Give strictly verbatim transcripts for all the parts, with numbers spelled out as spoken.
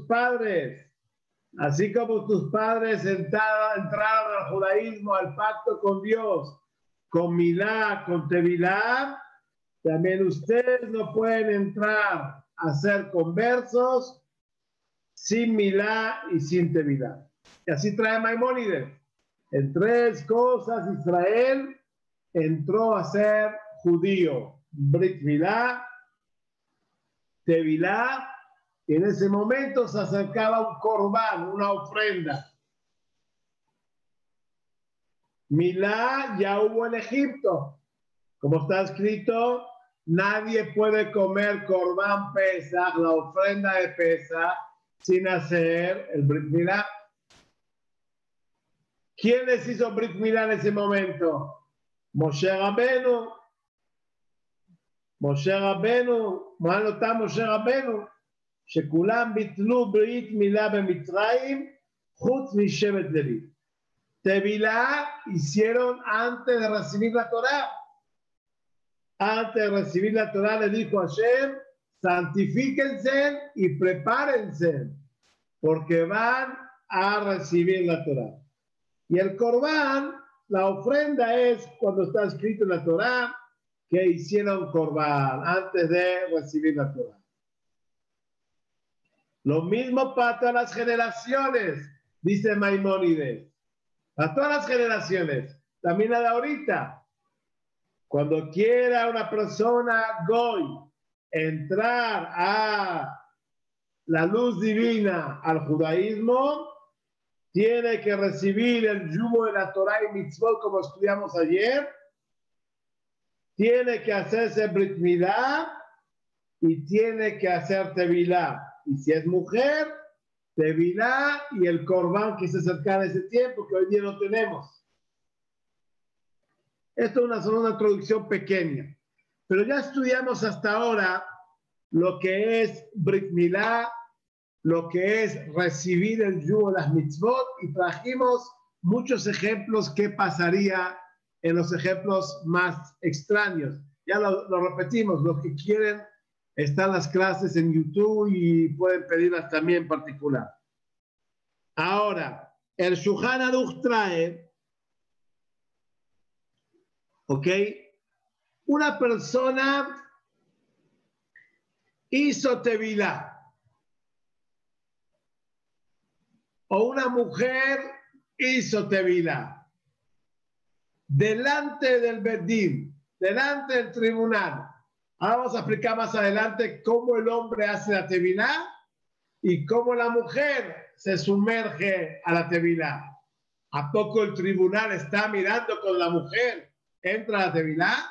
padres. Así como tus padres entraron, entraron al judaísmo, al pacto con Dios, con Milá, con Tevilá, también ustedes no pueden entrar a ser conversos sin Milá y sin Tevilá. Y así trae Maimónides. En tres cosas Israel entró a ser judío. Brit Milá, Tevilá, y en ese momento se acercaba un corbán, una ofrenda. Milá ya hubo en Egipto. Como está escrito, nadie puede comer corbán Pesach, la ofrenda de Pesach, sin hacer el Brit Milá. ¿Quién les hizo Brit Milá en ese momento? Moshe Rabenu. Moshe Rabenu, מה נותר משה רבנו? שכולם ביטלו ברית מילה במצרים, חוץ משבט לוי. Tevilá hicieron antes de recibir la Torá. Antes de recibir la Torá le dijo a Hashem, santifíquense y prepárense, porque van a recibir la Torá. Y el corbán, la ofrenda es cuando está escrito en la Torá que hicieron corbán antes de recibir la Torá. Lo mismo para todas las generaciones, dice Maimónides. Para todas las generaciones, también la de ahorita. Cuando quiera una persona goy entrar a la luz divina, al judaísmo, tiene que recibir el yugo de la Torah y mitzvot, como estudiamos ayer. Tiene que hacerse Brit Milá y tiene que hacer Tevilá. Y si es mujer, Tevilá y el corbán que se acerca en ese tiempo, que hoy día no tenemos. Esto es una, solo una introducción pequeña. Pero ya estudiamos hasta ahora lo que es Brit Milá, lo que es recibir el yugo de las mitzvot, y trajimos muchos ejemplos que pasaría en los ejemplos más extraños. Ya lo, lo repetimos, los que quieren están las clases en YouTube y pueden pedirlas también en particular. Ahora, el Shulchan Aruch trae, ¿ok? Una persona hizo Tevilá, o una mujer hizo Tevilá, delante del Bedín, delante del tribunal. Ahora vamos a explicar más adelante cómo el hombre hace la Tevilá y cómo la mujer se sumerge a la Tevilá. ¿A poco el tribunal está mirando con la mujer? ¿Entra a la Tevilá?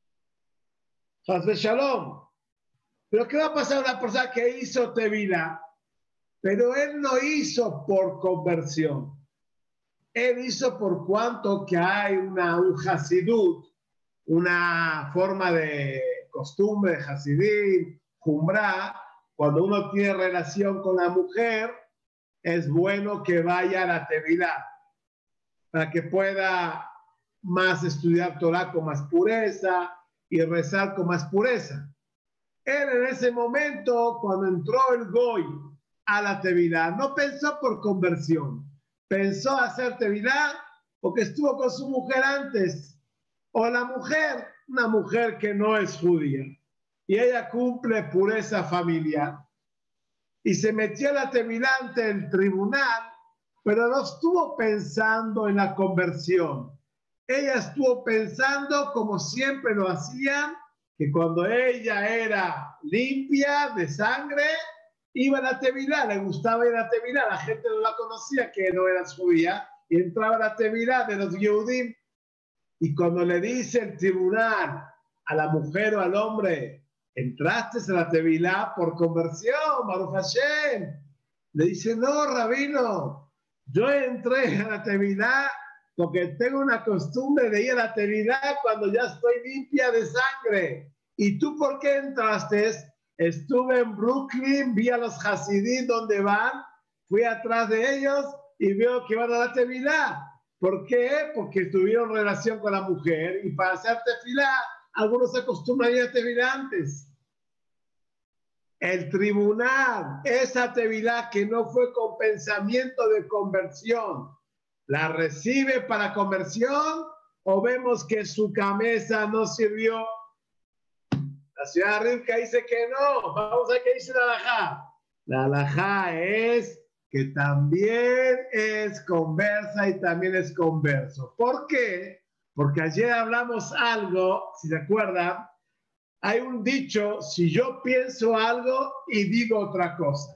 Hazbe Shalom. Pero ¿qué va a pasar a una persona que hizo Tevilá? Pero él no hizo por conversión. Él hizo por cuanto que hay una, un Hasidut, una forma de costumbre de Hasidim, Jumbrá. Cuando uno tiene relación con la mujer, es bueno que vaya a la Tevilá, para que pueda más estudiar Torah con más pureza y rezar con más pureza. Él en ese momento, cuando entró el Goy a la Tevilá, no pensó por conversión, pensó hacer Tevilá porque estuvo con su mujer antes, o la mujer, una mujer que no es judía, y ella cumple pureza familiar, y se metió a la Tevilá ante el tribunal, pero no estuvo pensando en la conversión. Ella estuvo pensando, como siempre lo hacía, que cuando ella era limpia de sangre, iba a la Tevilá, le gustaba ir a la Tevilá, la gente no la conocía, que no era judía, y entraba a la Tevilá de los Yehudim. Y cuando le dice el tribunal a la mujer o al hombre, entraste a la Tevilá por conversión, Baruch Hashem, le dice, no, rabino, yo entré a la Tevilá porque tengo una costumbre de ir a la Tevilá cuando ya estoy limpia de sangre. ¿Y tú por qué entraste? Estuve en Brooklyn, vi a los Hasidim donde van, fui atrás de ellos y veo que van a la Tevilá. ¿Por qué? Porque tuvieron relación con la mujer, y para hacer tefilá, algunos se acostumbran a ir a Tevilá antes. el tribunal, esa tevilá que no fue con pensamiento de conversión, ¿la recibe para conversión o vemos que su cabeza no sirvió? La señora Rivka dice que no. Vamos a ver qué dice la halajá. La halajá es que también es conversa y también es converso. ¿Por qué? Porque ayer hablamos algo, si se acuerdan, hay un dicho, si yo pienso algo y digo otra cosa,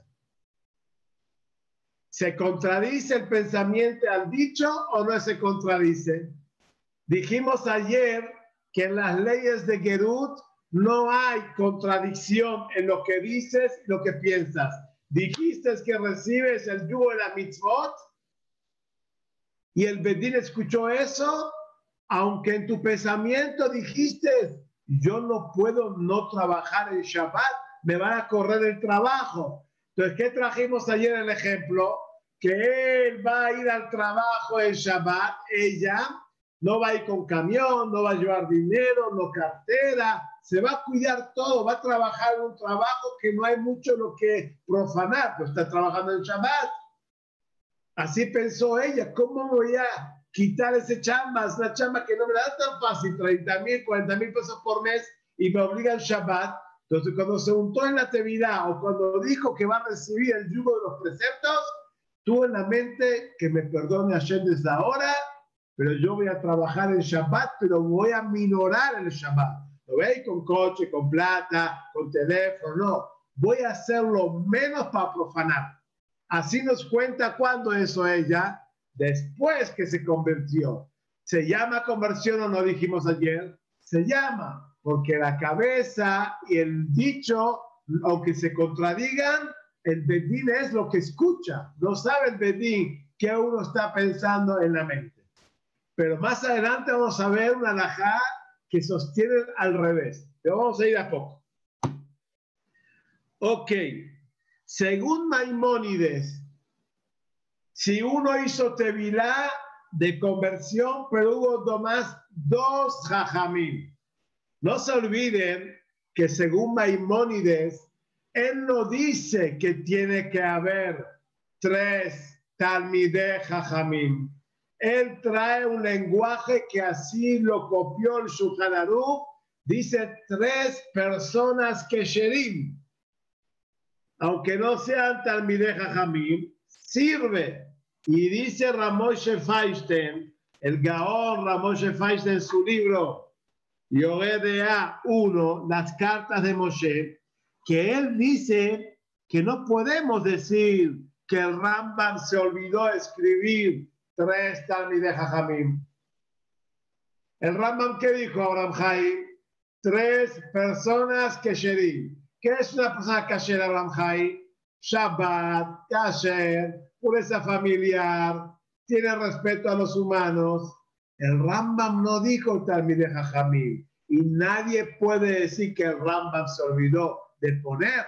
¿se contradice el pensamiento al dicho o no se contradice? Dijimos ayer que en las leyes de Gerut no hay contradicción en lo que dices y lo que piensas. Dijiste que recibes el yugo de la mitzvot y el Bedín escuchó eso, aunque en tu pensamiento dijiste, yo no puedo no trabajar en Shabbat, me van a correr el trabajo. Entonces, ¿qué trajimos ayer el ejemplo? Que él va a ir al trabajo en Shabbat, ella no va a ir con camión, no va a llevar dinero, no cartera, se va a cuidar todo, va a trabajar en un trabajo que no hay mucho lo que profanar, pues está trabajando en Shabbat. Así pensó ella, ¿cómo voy a quitar ese chamba? Es una chamba que no me da tan fácil, treinta mil, cuarenta mil pesos por mes y me obliga al Shabbat. Entonces, cuando se untó en la tevilá o cuando dijo que va a recibir el yugo de los preceptos, tuvo en la mente que me perdone Hashem desde ahora, pero yo voy a trabajar en Shabbat, pero voy a minorar el Shabbat. No voy a ir con coche, con plata, con teléfono, no. Voy a hacerlo menos para profanar. Así nos cuenta cuando eso ella, después que se convirtió. ¿Se llama conversión o no dijimos ayer? Se llama, porque la cabeza y el dicho, aunque se contradigan, el bedín es lo que escucha. No sabe el bedín qué uno está pensando en la mente. Pero más adelante vamos a ver una halajá que sostiene al revés. Pero vamos a ir a poco. Ok. Según Maimónides, si uno hizo tevilá de conversión, pero hubo nomás dos jajamim. No se olviden que según Maimónides, él no dice que tiene que haber tres talmidei jajamim. Él trae un lenguaje que así lo copió el Shulchan Aruch. Dice tres personas kesherim. Aunque no sean talmidei jajamim, sirve. Y dice Ramoshe Feinstein, el Gaón Ramoshe Feinstein en su libro Yoredea uno, las cartas de Moshe, que él dice que no podemos decir que el Rambam se olvidó escribir tres talmidei jajamim. El Rambam, ¿qué dijo Abraham Haim? Tres personas kesherim. ¿Qué es una persona kasher, Abraham Haim? Shabbat, kasher, pureza familiar, tiene respeto a los humanos. El Rambam no dijo talmidei jajamim y nadie puede decir que el Rambam se olvidó de poner.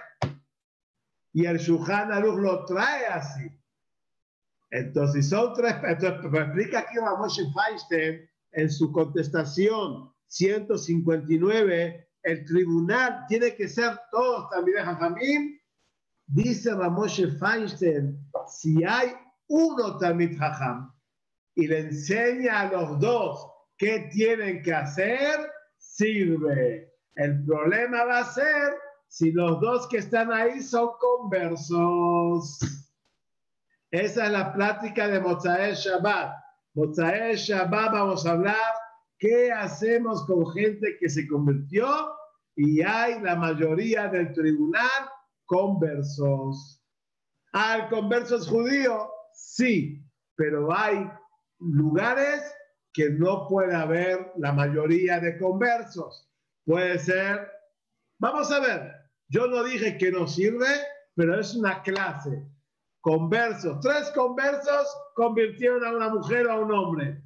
Y el Shulchan Aruch lo trae así. Entonces, son tres. Entonces, explica aquí Ramoshe Feinstein en su contestación ciento cincuenta y nueve, el tribunal tiene que ser todos talmidei jajamim. Dice Ramoshe Feinstein, si hay uno talmid jajam y le enseña a los dos qué tienen que hacer, sirve. El problema va a ser si los dos que están ahí son conversos. Esa es la plática de Motzai Shabbat. Motzai Shabbat vamos a hablar qué hacemos con gente que se convirtió y hay la mayoría del tribunal conversos. Ah, ¿el converso es judío? Sí, pero hay lugares que no puede haber la mayoría de conversos. Puede ser, vamos a ver, yo no dije que no sirve, pero es una clase. Conversos, tres conversos convirtieron a una mujer o a un hombre.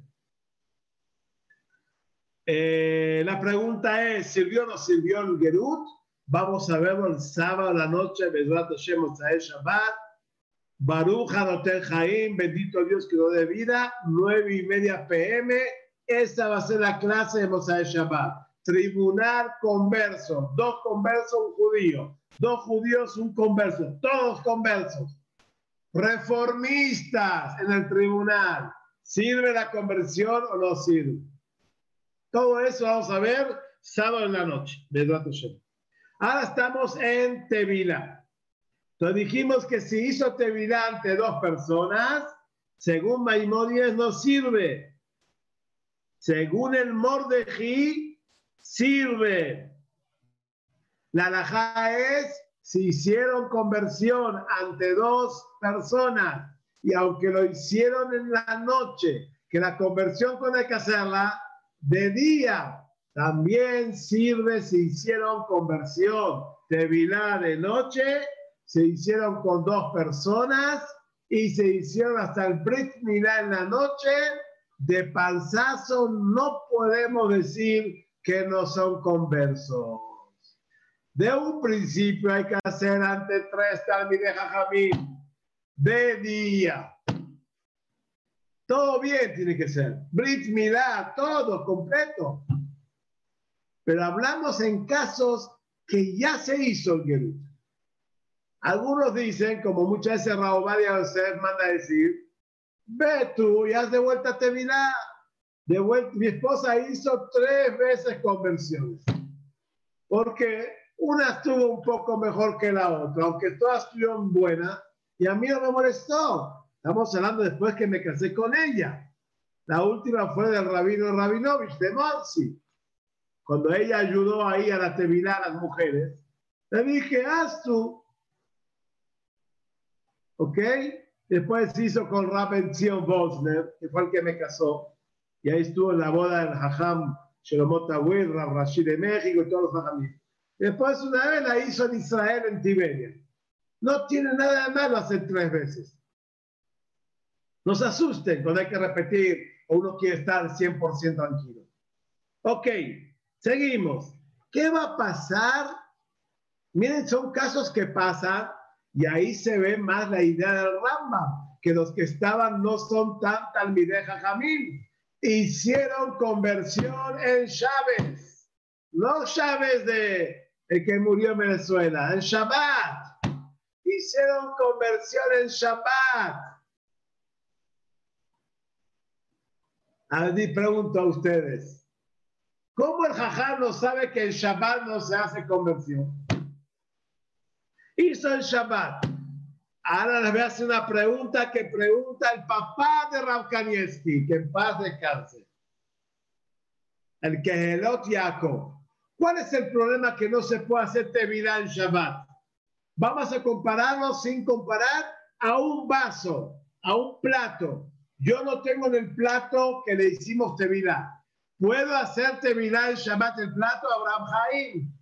Eh, la pregunta es, ¿sirvió o no sirvió el Gerut? Vamos a verlo el sábado a la noche, Bezrat Hashem, Motzai Shabbat. Baruch Hanoten Chaim, bendito Dios que nos dé vida, nueve y media p m. Esa va a ser la clase de Motzai Shabbat. tribunal converso, dos conversos, un judío, dos judíos, un converso, todos conversos, reformistas en el tribunal. ¿Sirve la conversión o no sirve? Todo eso vamos a ver sábado en la noche. Ahora estamos en Tevilá. Entonces dijimos que si hizo Tevilá ante dos personas, según Maimónides no sirve. Según el Mordejí, sirve. La halajá es, si hicieron conversión ante dos personas, y aunque lo hicieron en la noche, que la conversión tiene que hacerla de día, también sirve si hicieron conversión. Tevilá de noche, se hicieron con dos personas, y se hicieron hasta el Brit Milá en la noche. De panzazo no podemos decir que no son conversos. De un principio hay que hacer ante tres Talmidei Jajamim de día. Todo bien tiene que ser. Brit Milá, todo completo. Pero hablamos en casos que ya se hizo el Gerut. Algunos dicen, como muchas veces Rav Ovadia Yosef manda a decir, ve tú y haz de vuelta a Tevilá. De vuelta, mi esposa hizo tres veces conversiones. Porque una estuvo un poco mejor que la otra, aunque todas estuvieron buenas, y a mí no me molestó. Estamos hablando después que me casé con ella. La última fue del rabino Rabinovich de Monsi. Cuando ella ayudó ahí a la Tevilá a las mujeres, le dije, haz tú. ¿Ok? Después se hizo con Rabben Zion Bosner, que fue el que me casó, y ahí estuvo en la boda del Jajam Shlomo Tawil, Rav Rashi de México y todos los Jajamim. Después una vez la hizo en Israel, en Tiberia. No tiene nada de malo hacer tres veces. No se asusten cuando hay que repetir o uno quiere estar cien por ciento tranquilo. Ok, seguimos. ¿Qué va a pasar? Miren, son casos que pasan y ahí se ve más la idea del Rambam, que los que estaban no son tan Talmidei Jajamim. Hicieron conversión en Chávez. No Chávez de el que murió en Venezuela, en Shabbat. Hicieron conversión en Shabbat. A ver, pregunto a ustedes, ¿cómo el Jajam no sabe que en Shabbat no se hace conversión? Hizo en Shabbat. Ahora les voy a hacer una pregunta que pregunta el papá de Rav Kanievski, que en paz descanse. El Kehelot Yaakov. ¿Cuál es el problema que no se puede hacer Tevilá en Shabbat? Vamos a compararlo sin comparar a un vaso, a un plato. Yo no tengo en el plato que le hicimos Tevilá. ¿Puedo hacer Tevilá en Shabbat el plato? Abraham Jaim.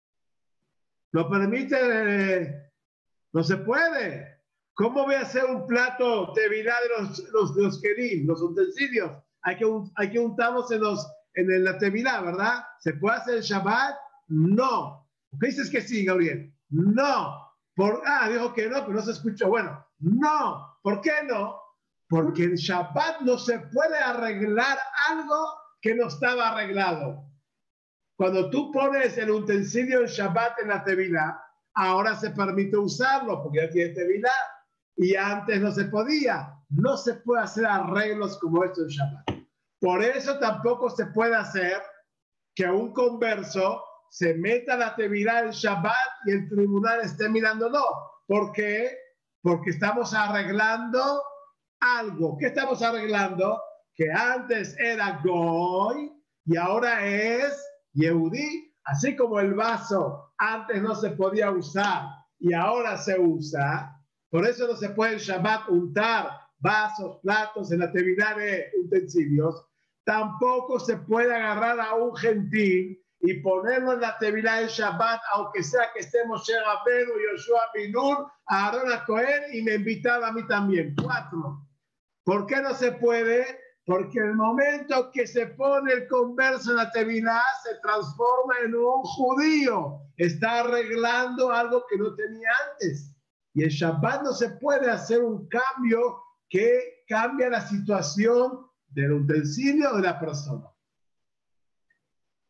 ¿Lo permite? Eh, no se puede. ¿Cómo voy a hacer un plato Tevilá de los, los, los kelim, los utensilios? Hay que, hay que untarlos en, los, en la Tevilá, ¿verdad? ¿Se puede hacer el Shabbat? No. ¿Qué dices que sí, Gabriel? No. Por, ah, dijo que no, pero no se escuchó. Bueno, no. ¿Por qué no? Porque en Shabbat no se puede arreglar algo que no estaba arreglado. Cuando tú pones el utensilio en Shabbat en la Tevilá, ahora se permite usarlo porque ya tiene Tevilá. Y antes no se podía. No se puede hacer arreglos como esto en Shabbat. Por eso tampoco se puede hacer que un converso se meta a la Tevilá en Shabbat y el tribunal esté mirándolo. ¿Por qué? Porque estamos arreglando algo. ¿Qué estamos arreglando? Que antes era Goy y ahora es Yehudí. Así como el vaso antes no se podía usar y ahora se usa. Por eso no se puede en Shabbat untar vasos, platos en la Tevilá de utensilios. Tampoco se puede agarrar a un gentil y ponerlo en la Tevilá en Shabbat, aunque sea que estemos Moshe Rabbeinu, Yoshua bin Nun, Aarón HaKohen y me invitaba a mí también. Cuatro. ¿Por qué no se puede? Porque el momento que se pone el converso en la Tevilá se transforma en un judío. Está arreglando algo que no tenía antes. Y en Shabbat no se puede hacer un cambio que cambia la situación del utensilio de la persona.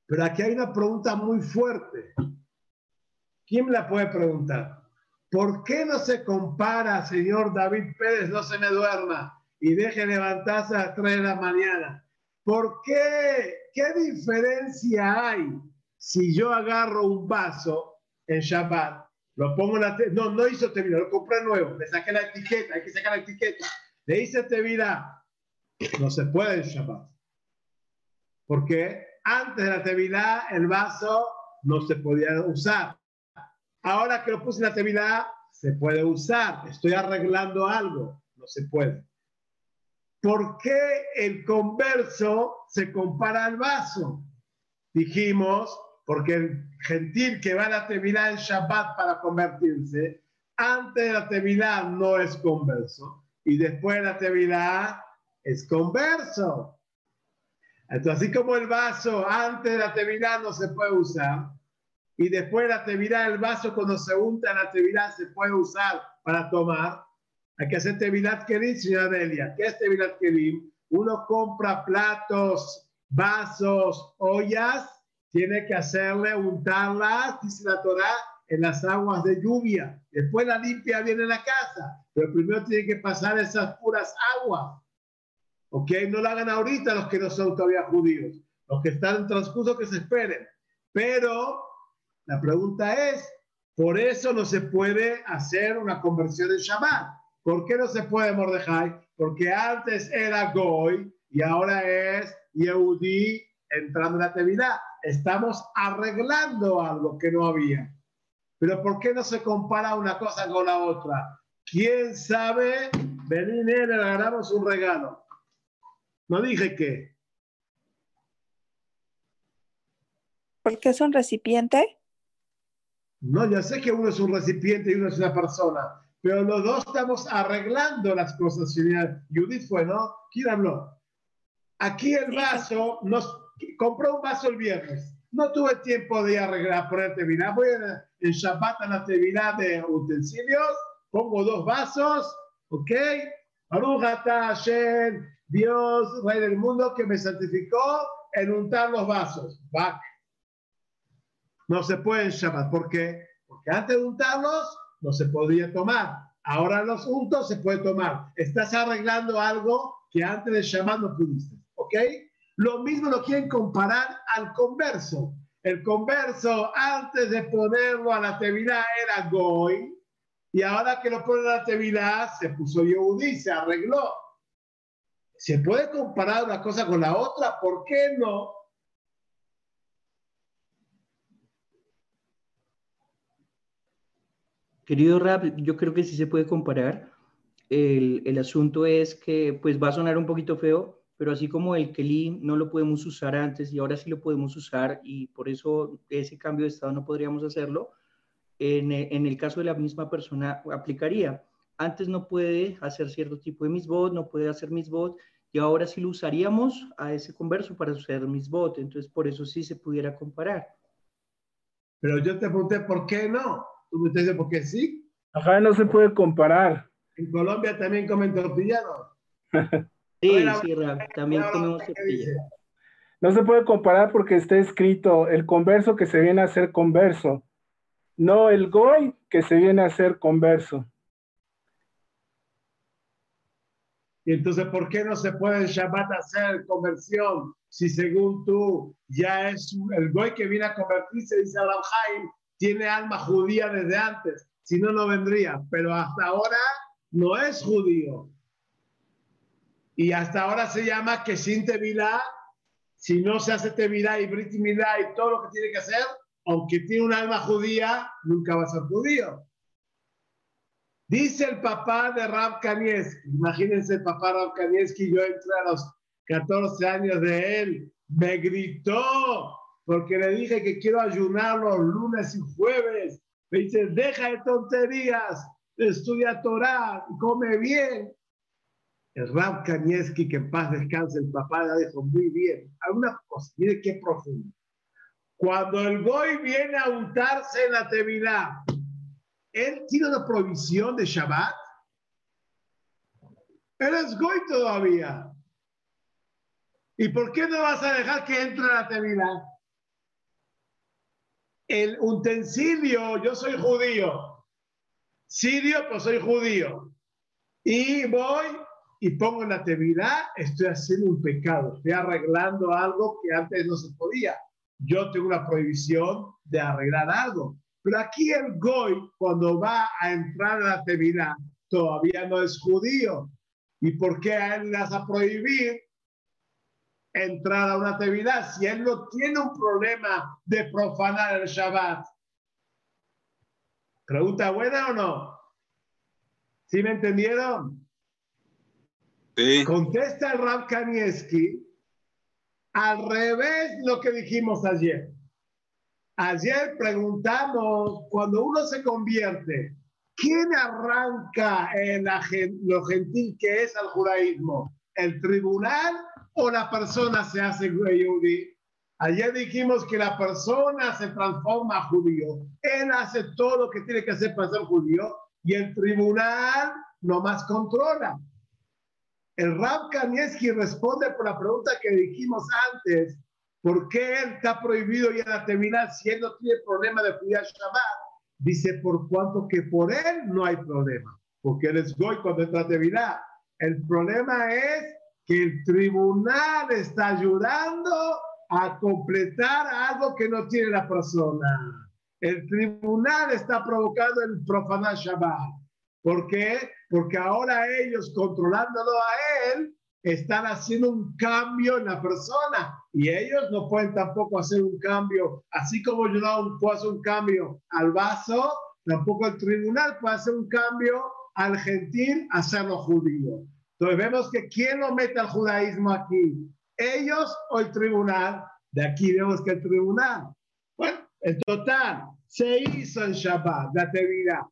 Pero aquí hay una pregunta muy fuerte. ¿Quién me la puede preguntar? ¿Por qué no se compara, señor David Pérez, no se me duerma y deje levantarse a las tres de la mañana? ¿Por qué? ¿Qué diferencia hay si yo agarro un vaso en Shabbat, lo pongo en la... No, no hizo tevila, lo compré nuevo, le saqué la etiqueta, hay que sacar la etiqueta. Le hice tevila, no se puede en Shabbat. Porque antes de la tevila el vaso no se podía usar. Ahora que lo puse en la tevila, se puede usar. Estoy arreglando algo, no se puede. ¿Por qué el converso se compara al vaso? Dijimos, porque el gentil que va a la tevilá en Shabbat para convertirse, antes de la tevilá no es converso, y después de la tevilá es converso. Entonces, así como el vaso antes de la tevilá no se puede usar, y después de la tevilá, el vaso cuando se unta en la tevilá se puede usar para tomar, hay que hacer tevilat kelim, señora Delia. ¿Qué es tevilat kelim? Uno compra platos, vasos, ollas, tiene que hacerle, untarlas, dice la Torá, en las aguas de lluvia. Después la limpia bien en la casa, pero primero tiene que pasar esas puras aguas. ¿Ok? No lo hagan ahorita los que no son todavía judíos. Los que están en transcurso que se esperen. Pero la pregunta es, por eso no se puede hacer una conversión en Shabbat. ¿Por qué no se puede, Mordejai? Porque antes era Goy y ahora es Yehudí entrando en la Tevilá. Estamos arreglando algo que no había. Pero ¿por qué no se compara una cosa con la otra? ¿Quién sabe? Vení, nene, le agarramos un regalo. No dije qué. ¿Por qué es un recipiente? No, ya sé que uno es un recipiente y uno es una persona. Pero los dos estamos arreglando las cosas, señor. Judith fue, ¿no? ¿Quién habló? Aquí el vaso, nos compró un vaso el viernes. No tuve tiempo de arreglar, poner tevilá. Voy a, en Shabbat a la tevilá de utensilios, pongo dos vasos, ¿ok? Baruch atah Hashem, Dios, Rey del mundo, que me santificó en untar los vasos. Back. No se puede en Shabbat. ¿Por qué? Porque antes de untarlos, no se podía tomar. Ahora los untos se puede tomar. Estás arreglando algo que antes de Shabbat no pudiste. ¿Ok? Lo mismo lo quieren comparar al converso. El converso, antes de ponerlo a la tevilá, era Goy. Y ahora que lo pone a la tevilá, se puso Yehudí, se arregló. ¿Se puede comparar una cosa con la otra? ¿Por qué no? Querido Rap, yo creo que sí se puede comparar. El, el asunto es que pues va a sonar un poquito feo, pero así como el Kelly no lo podemos usar antes y ahora sí lo podemos usar y por eso ese cambio de estado no podríamos hacerlo, en, en el caso de la misma persona aplicaría. Antes no puede hacer cierto tipo de misbot, no puede hacer misbot y ahora sí lo usaríamos a ese converso para hacer misbot, entonces por eso sí se pudiera comparar. Pero yo te pregunté por qué no. Tú me dices por qué sí. Ajá, no se puede comparar. En Colombia también comen tortillanos. Sí, sí, Rap, también comemos tortilla. No se puede comparar porque está escrito el converso que se viene a ser converso, no el goy que se viene a ser converso. Y entonces, ¿por qué no se puede en Shabbat hacer conversión? Si según tú ya es el goy que viene a convertirse, dice Rav Chaim, tiene alma judía desde antes. Si no, no vendría. Pero hasta ahora no es judío. Y hasta ahora se llama que sin tevilá, si no se hace tevilá y brit milá y todo lo que tiene que hacer, aunque tiene un alma judía, nunca va a ser judío. Dice el papá de Rav Kanievski, imagínense el papá Rav Kanievski, yo entré a los catorce años de él, me gritó porque le dije que quiero ayunar los lunes y jueves. Me dice, deja de tonterías, estudia Torah, come bien. El Rav Kanievski, que en paz descanse, el papá le dijo muy bien. Alguna cosa, mire qué profundo. Cuando el goy viene a untarse en la tevilá, ¿él tiene una provisión de Shabbat? Él es goy todavía. ¿Y por qué no vas a dejar que entre a la tevilá? el utensilio, yo soy judío, sirio, pero soy judío, y voy y pongo en la tevilá, estoy haciendo un pecado, estoy arreglando algo que antes no se podía. Yo tengo una prohibición de arreglar algo. Pero aquí el goy, cuando va a entrar a la tevilá, todavía no es judío. ¿Y por qué a él le vas a prohibir entrar a una tevilá si él no tiene un problema de profanar el Shabbat? ¿Pregunta buena o no? ¿Sí me entendieron? Sí. Contesta el Rav Kanievski al revés lo que dijimos ayer. Ayer preguntamos, cuando uno se convierte, ¿quién arranca en la, lo gentil que es al judaísmo? ¿El tribunal o la persona se hace judío? Ayer dijimos que la persona se transforma a judío. Él hace todo lo que tiene que hacer para ser judío y el tribunal nomás controla. El Rav Kanievski responde por la pregunta que dijimos antes. ¿Por qué él está prohibido ir a la tevilá si él no tiene problema de cuidar Shabbat? Dice, por cuanto que por él no hay problema. Porque él es goy cuando entra a tevilá. El problema es que el tribunal está ayudando a completar algo que no tiene la persona. El tribunal está provocando el profanar Shabbat. ¿Por qué? Porque ahora ellos, controlándolo a él, están haciendo un cambio en la persona y ellos no pueden tampoco hacer un cambio, así como yo no puedo hacer un cambio al vaso, tampoco el tribunal puede hacer un cambio al gentil, hacerlo judío. Entonces vemos que ¿quién lo mete al judaísmo aquí? ¿Ellos o el tribunal? De aquí vemos que el tribunal. Bueno, en total, se hizo en Shabbat, la tevilá.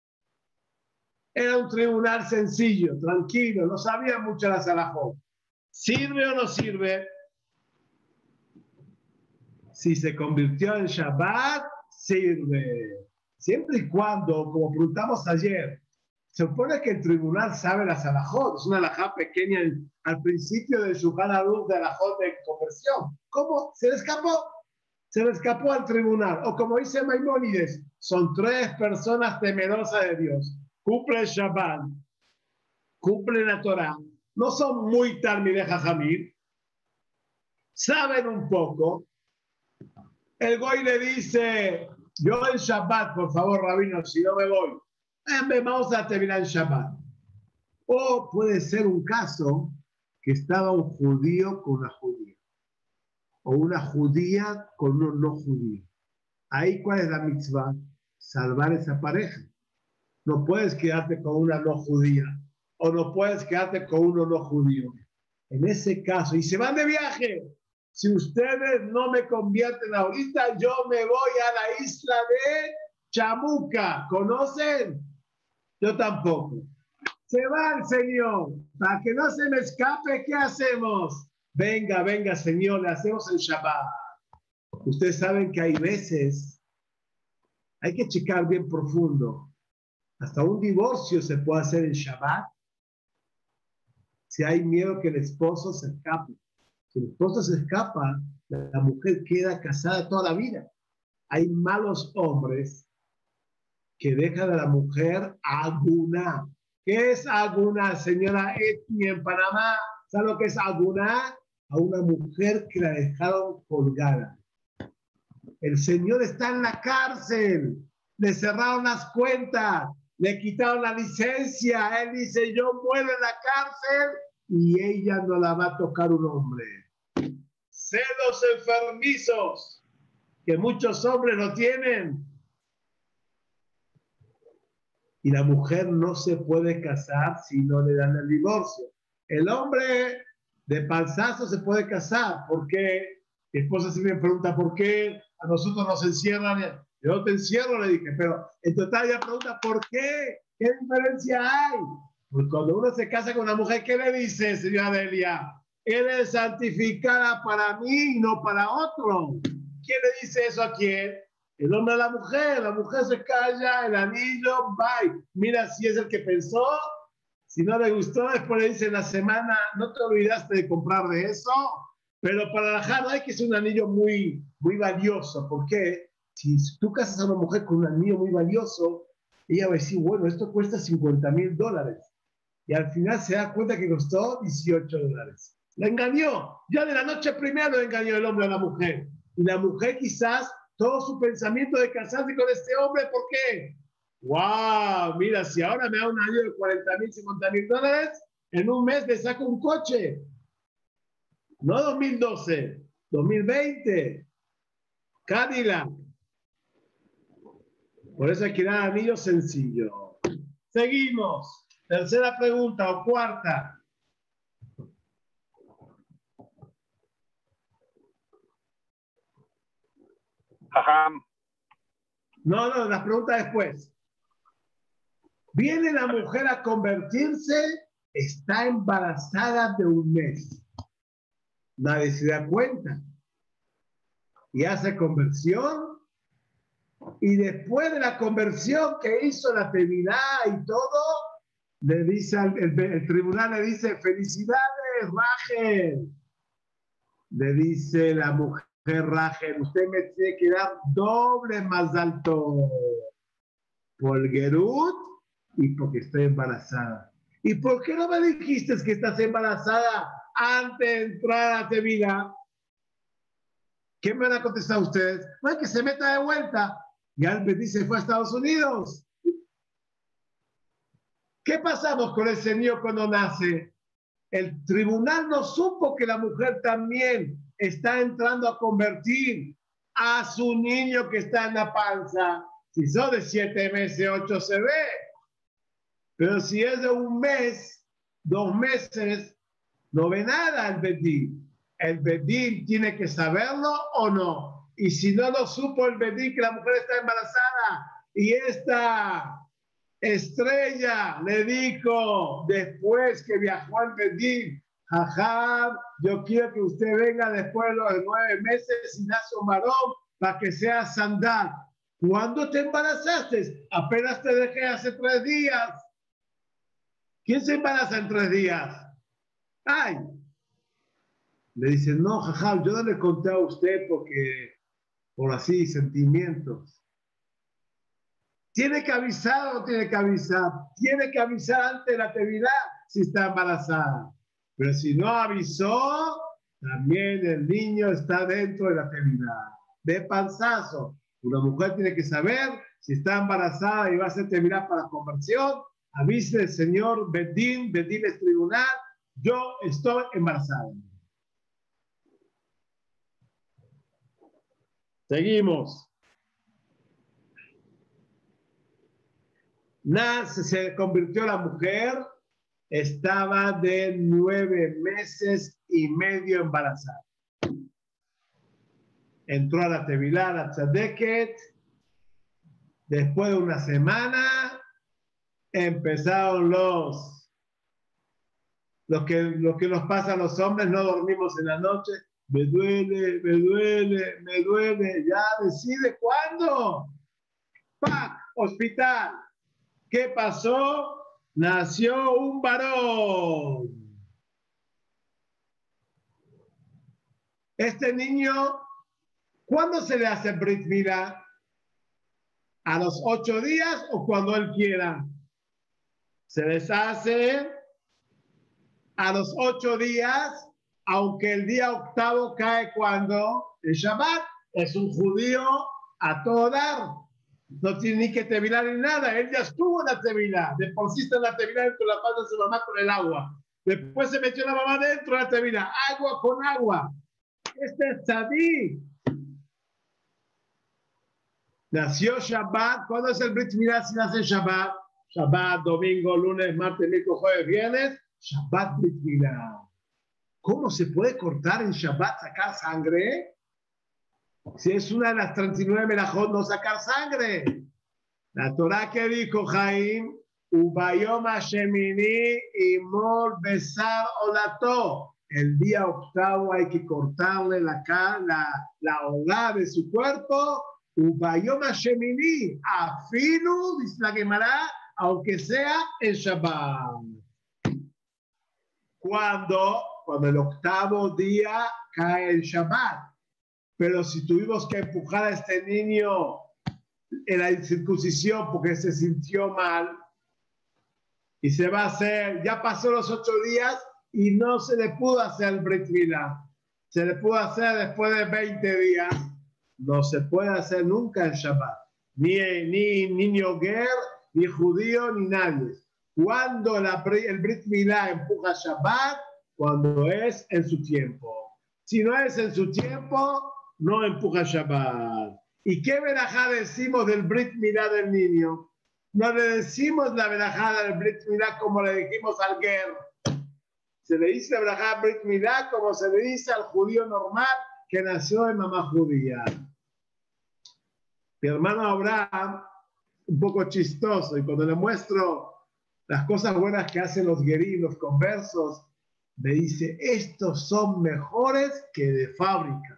Era un tribunal sencillo, tranquilo, no sabía mucho la halajot. ¿Sirve o no sirve? Si se convirtió en Shabbat, sirve. Siempre y cuando, como preguntamos ayer, se supone que el tribunal sabe las halajot. Es una halajá pequeña al principio de su Shulchan de halajot de conversión. ¿Cómo? ¿Se le escapó? Se le escapó al tribunal. O como dice Maimónides, son tres personas temerosas de Dios. Cumple el Shabbat, cumple la Torah, no son muy talmidei jajamim, saben un poco. El goy le dice, yo el Shabbat, por favor, rabino, si no me voy, eh, vamos a terminar el Shabbat. O puede ser un caso que estaba un judío con una judía, o una judía con un no judío. Ahí, ¿cuál es la mitzvah? Salvar esa pareja. No puedes quedarte con una no judía o no puedes quedarte con uno no judío. En ese caso, y se van de viaje, si ustedes no me convierten ahorita, yo me voy a la isla de Chamuca. ¿Conocen? Yo tampoco. Se va el señor. Para que no se me escape, ¿qué hacemos? Venga, venga, señor, le hacemos el Shabbat. Ustedes saben que hay veces, hay que checar bien profundo. Hasta un divorcio se puede hacer en Shabbat si hay miedo que el esposo se escape. Si el esposo se escapa, la mujer queda casada toda la vida. Hay malos hombres que dejan a la mujer aguná. ¿Qué es aguná, señora Etni en Panamá? ¿Sabe lo que es aguná? A una mujer que la dejaron colgada. El señor está en la cárcel. Le cerraron las cuentas. Le quitaron la licencia. Él dice, yo muero en la cárcel y ella no la va a tocar un hombre. Celos enfermizos que muchos hombres no tienen. Y la mujer no se puede casar si no le dan el divorcio. El hombre de panzazo se puede casar. ¿Por qué? Mi esposa siempre me pregunta, ¿por qué a nosotros nos encierran? Yo no te encierro, le dije, pero en total ella pregunta, ¿por qué? ¿Qué diferencia hay? Porque cuando uno se casa con una mujer, ¿qué le dice, señora Delia? Eres santificada para mí y no para otro. ¿Quién le dice eso a quién? El hombre a la mujer. La mujer se calla, el anillo, bye. Mira si es el que pensó. Si no le gustó, después le dice en la semana, no te olvidaste de comprar de eso. Pero para la jarra hay que ser un anillo muy, muy valioso. ¿Por qué? si tú casas a una mujer con un anillo muy valioso, ella va a decir, bueno, esto cuesta cincuenta mil dólares. Y al final se da cuenta que costó dieciocho dólares. La engañó. Ya de la noche primera lo engañó el hombre a la mujer. Y la mujer quizás, todo su pensamiento de casarse con este hombre, ¿por qué? ¡Wow! Mira, si ahora me da un anillo de cuarenta mil, cincuenta mil dólares, en un mes le saco un coche. No dos mil doce, dos mil veinte. Cadillac. Por eso hay que dar anillo sencillo. Seguimos. Tercera pregunta o cuarta. Jajam. No, no, las preguntas después. Viene la mujer a convertirse, está embarazada de un mes. Nadie se da cuenta. Y hace conversión. Y después de la conversión que hizo la Tevilá y todo, le dice al, el, el tribunal le dice, felicidades, Rachel. Le dice la mujer Rachel, usted me tiene que dar doble más alto por Gerut y porque estoy embarazada. ¿Y por qué no me dijiste que estás embarazada antes de entrar a Tevilá? ¿Qué me van a contestar ustedes? Bueno, que se meta de vuelta. Y Albert dice, fue a Estados Unidos. ¿Qué pasamos con ese niño cuando nace? El tribunal no supo que la mujer también está entrando a convertir a su niño que está en la panza. Si son de siete meses, ocho se ve. Pero si es de un mes, dos meses, no ve nada el bedín. El bedín tiene que saberlo o no. Y si no lo supo el bedín que la mujer está embarazada y esta estrella le dijo después que viajó al bedín, jajam, yo quiero que usted venga después de los nueve meses y nace un varón para que sea sandal. ¿Cuándo te embarazaste? Apenas te dejé hace tres días. ¿Quién se embaraza en tres días? ¡Ay! Le dice, no, jajam, yo no le conté a usted porque, por así, sentimientos. ¿Tiene que avisar o no tiene que avisar? Tiene que avisar antes de la Tevilá si está embarazada. Pero si no avisó, también el niño está dentro de la Tevilá. De panzazo. Una mujer tiene que saber si está embarazada y va a hacer Tevilá para conversión. Avise el señor Bedín, Bedín es tribunal, yo estoy embarazada. Seguimos. Nace, se convirtió la mujer, estaba de nueve meses y medio embarazada. Entró a la Tevilá, a la Tzadeket. Después de una semana empezaron los, los que, lo que nos pasa a los hombres, no dormimos en la noche. Me duele, me duele, me duele. Ya decide cuándo. ¡Pac! Hospital. ¿Qué pasó? Nació un varón. Este niño, ¿cuándo se le hace Brit Milá? ¿A los ocho días o cuando él quiera? Se les hace a los ocho días, aunque el día octavo cae cuando el Shabbat. Es un judío a todo dar. No tiene ni que tevilar ni nada. Él ya estuvo en la tevilá. De por sí está en la tevilá dentro de la panza de su mamá con el agua. Después se metió la mamá dentro de la tevilá. Agua con agua. Este es Tzadí. Nació Shabbat. ¿Cuándo es el Brit Milá si nace Shabbat? Shabbat, domingo, lunes, martes, miércoles, jueves, viernes. Shabbat Brit Milá. ¿Cómo se puede cortar en Shabbat, sacar sangre? Si es una de las treinta y nueve melajot, no sacar sangre. La Torah que dijo Jaim, Ubayom Hashemini Imol Besar Olato. El día octavo hay que cortarle la la, la hogar de su cuerpo. Ubayom Hashemini, Afilu, dice la Gemara, aunque sea en Shabbat. Cuando, cuando el octavo día cae el Shabbat. pero si tuvimos que empujar a este niño en la circuncisión porque se sintió mal y se va a hacer, ya pasó los ocho días y no se le pudo hacer el Brit Milá, se le pudo hacer después de veinte días, no se puede hacer nunca el Shabbat, ni, ni niño ger, ni judío, ni nadie. Cuando la, el Brit Milá empuja Shabbat, cuando es en su tiempo. Si no es en su tiempo, no empuja Shabbat. ¿Y qué verajá decimos del Brit Milá del niño? No le decimos la verajá del Brit Milá como le dijimos al ger. Se le dice la verajá del Brit Milá como se le dice al judío normal que nació de mamá judía. Mi hermano Abraham, un poco chistoso, y cuando le muestro las cosas buenas que hacen los gerim, los conversos, me dice, estos son mejores que de fábrica.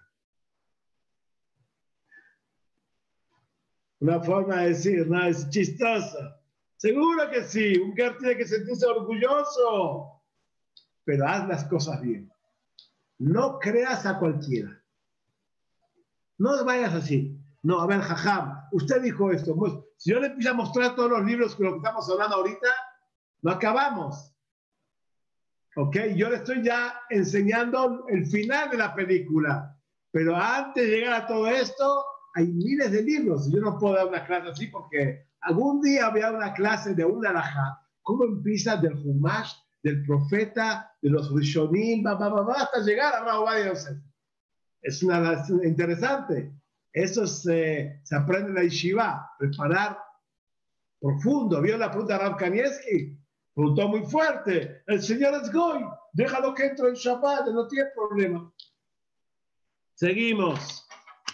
Una forma de decir, no, es chistosa. Seguro que sí, un ger tiene que sentirse orgulloso, pero haz las cosas bien. No creas a cualquiera. No vayas así. No, a ver, jajam, usted dijo esto. Pues, si yo le empiezo a mostrar todos los libros que lo que estamos hablando ahorita, no acabamos. ¿Ok? Yo le estoy ya enseñando el final de la película. Pero antes de llegar a todo esto, hay miles de libros. Yo no puedo dar una clase así porque algún día voy a dar una clase de una alajá. ¿Cómo empieza del Humash, del profeta, de los Rishonim, va, va, va, va, hasta llegar a Rabbi Ovadia Yosef? Es una es interesante. Eso se, se aprende en la yeshiva, preparar profundo. ¿Vio la pregunta de Rav Kanievski? Preguntó muy fuerte. El señor es goy, déjalo que entre en Shabbat, no tiene problema. Seguimos.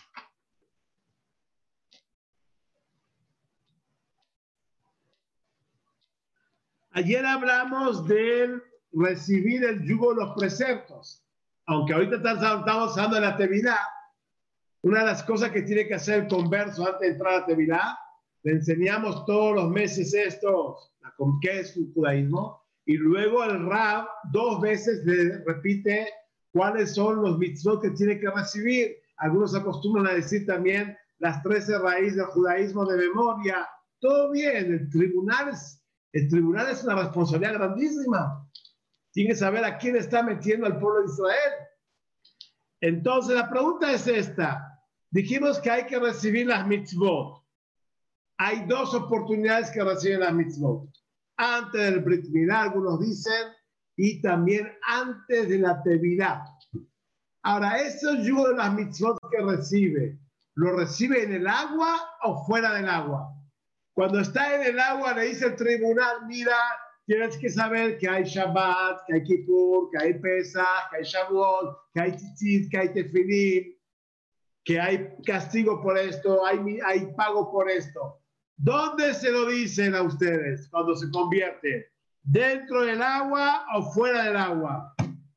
Ayer hablamos de recibir el yugo de los preceptos. Aunque ahorita estamos hablando de la Tevilá, una de las cosas que tiene que hacer el converso antes de entrar a Tevilá, le enseñamos todos los meses esto, qué es un judaísmo, y luego el Rab dos veces le repite cuáles son los mitzvot que tiene que recibir. Algunos acostumbran a decir también las trece raíces del judaísmo de memoria. Todo bien, el tribunal es, el tribunal es una responsabilidad grandísima. Tiene que saber a quién está metiendo al pueblo de Israel. Entonces la pregunta es esta. Dijimos que hay que recibir las mitzvot. Hay dos oportunidades que reciben las mitzvot. Antes del Brit Milá, algunos dicen, y también antes de la Tevilá. Ahora, esos yugos de las mitzvot que recibe, ¿lo recibe en el agua o fuera del agua? Cuando está en el agua le dice el tribunal, mira, tienes que saber que hay Shabbat, que hay Kippur, que hay Pesach, que hay Shavuot, que hay Tzitzit, que hay Tefilim, que hay castigo por esto, hay, hay pago por esto. ¿Dónde se lo dicen a ustedes cuando se convierte? ¿Dentro del agua o fuera del agua?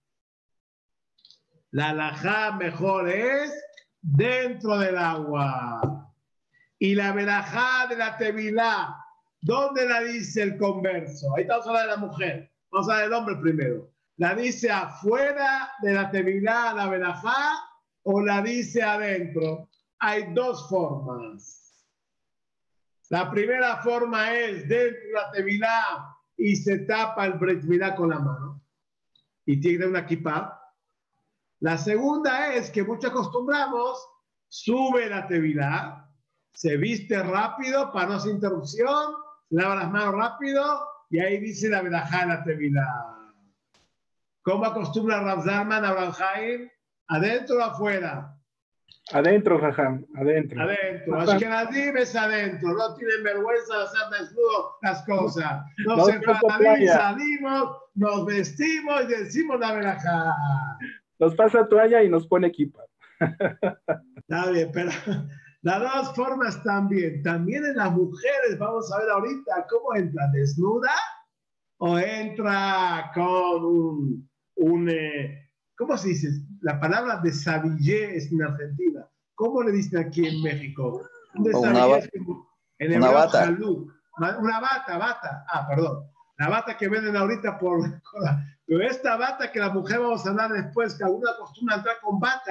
La halajá mejor es dentro del agua. Y la verajá de la Tevilá, ¿dónde la dice el converso? Ahí estamos hablando de la mujer. Vamos a ver el hombre primero. ¿La dice afuera de la Tevilá, la verajá, o la dice adentro? Hay dos formas. La primera forma es dentro de la Tevilá y se tapa el Brit Milá con la mano y tiene una kippah. La segunda es que muchos acostumbramos, sube la Tevilá, se viste rápido para no hacer interrupción, se lava las manos rápido y ahí dice la verajá de la Tevilá. ¿Cómo acostumbra Rav Zalman Abraham Haim? ¿Adentro o afuera? Adentro, jajam, adentro. Adentro. Ashkenazim es adentro. No tienen vergüenza de hacer desnudo las cosas. Nos No, separadimos, salimos, nos vestimos y decimos la verajá. Nos pasa toalla y nos pone equipa. Está bien, pero las dos formas también. También en las mujeres, vamos a ver ahorita cómo entra, desnuda o entra con un, un eh, ¿cómo se dice? La palabra deshabillé es en Argentina. ¿Cómo le dicen aquí en México? Un deshabillé es como en una hebreo bata. jalú. Una bata, bata. Ah, perdón. La bata que venden ahorita por... Pero esta bata que la mujer, vamos a hablar después, que alguna acostumbra a entrar con bata,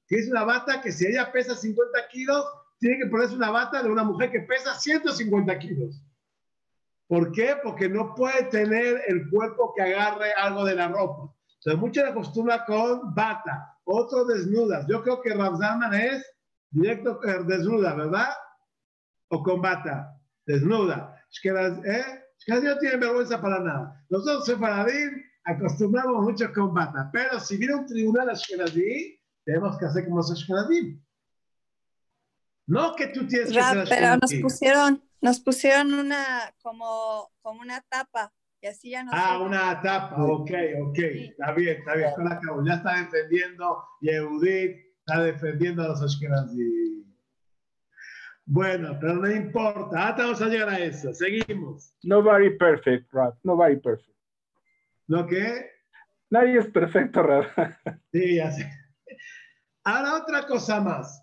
que es una bata que si ella pesa cincuenta kilos, tiene que ponerse una bata de una mujer que pesa ciento cincuenta kilos. ¿Por qué? Porque no puede tener el cuerpo que agarre algo de la ropa. Entonces, muchos la acostumbran con bata, otros desnudas. Yo creo que Rav Zalman es directo eh, desnuda, ¿verdad? O con bata, desnuda. Ashkenaz, ¿eh? Ashkenaz no tiene vergüenza para nada. Nosotros, sefaradín, acostumbramos mucho con bata. Pero si viene un tribunal ashkenazí, tenemos que hacer como los ashkenazí. No que tú tienes que Rab, ser pero nos ashkenazí. pusieron, nos pusieron una, como, como una tapa, y así ya no Ah, sirve. una tapa, ok, ok, Sí. está bien, está bien. Con la cabo, ya está defendiendo, Yehudit está defendiendo a los ashkenazí. Bueno, pero no importa, hasta vamos a llegar a eso, seguimos. Nobody perfect, Rab. Nobody perfect. ¿No qué? Nadie es perfecto, Rab. Sí, ya sé. Ahora otra cosa más.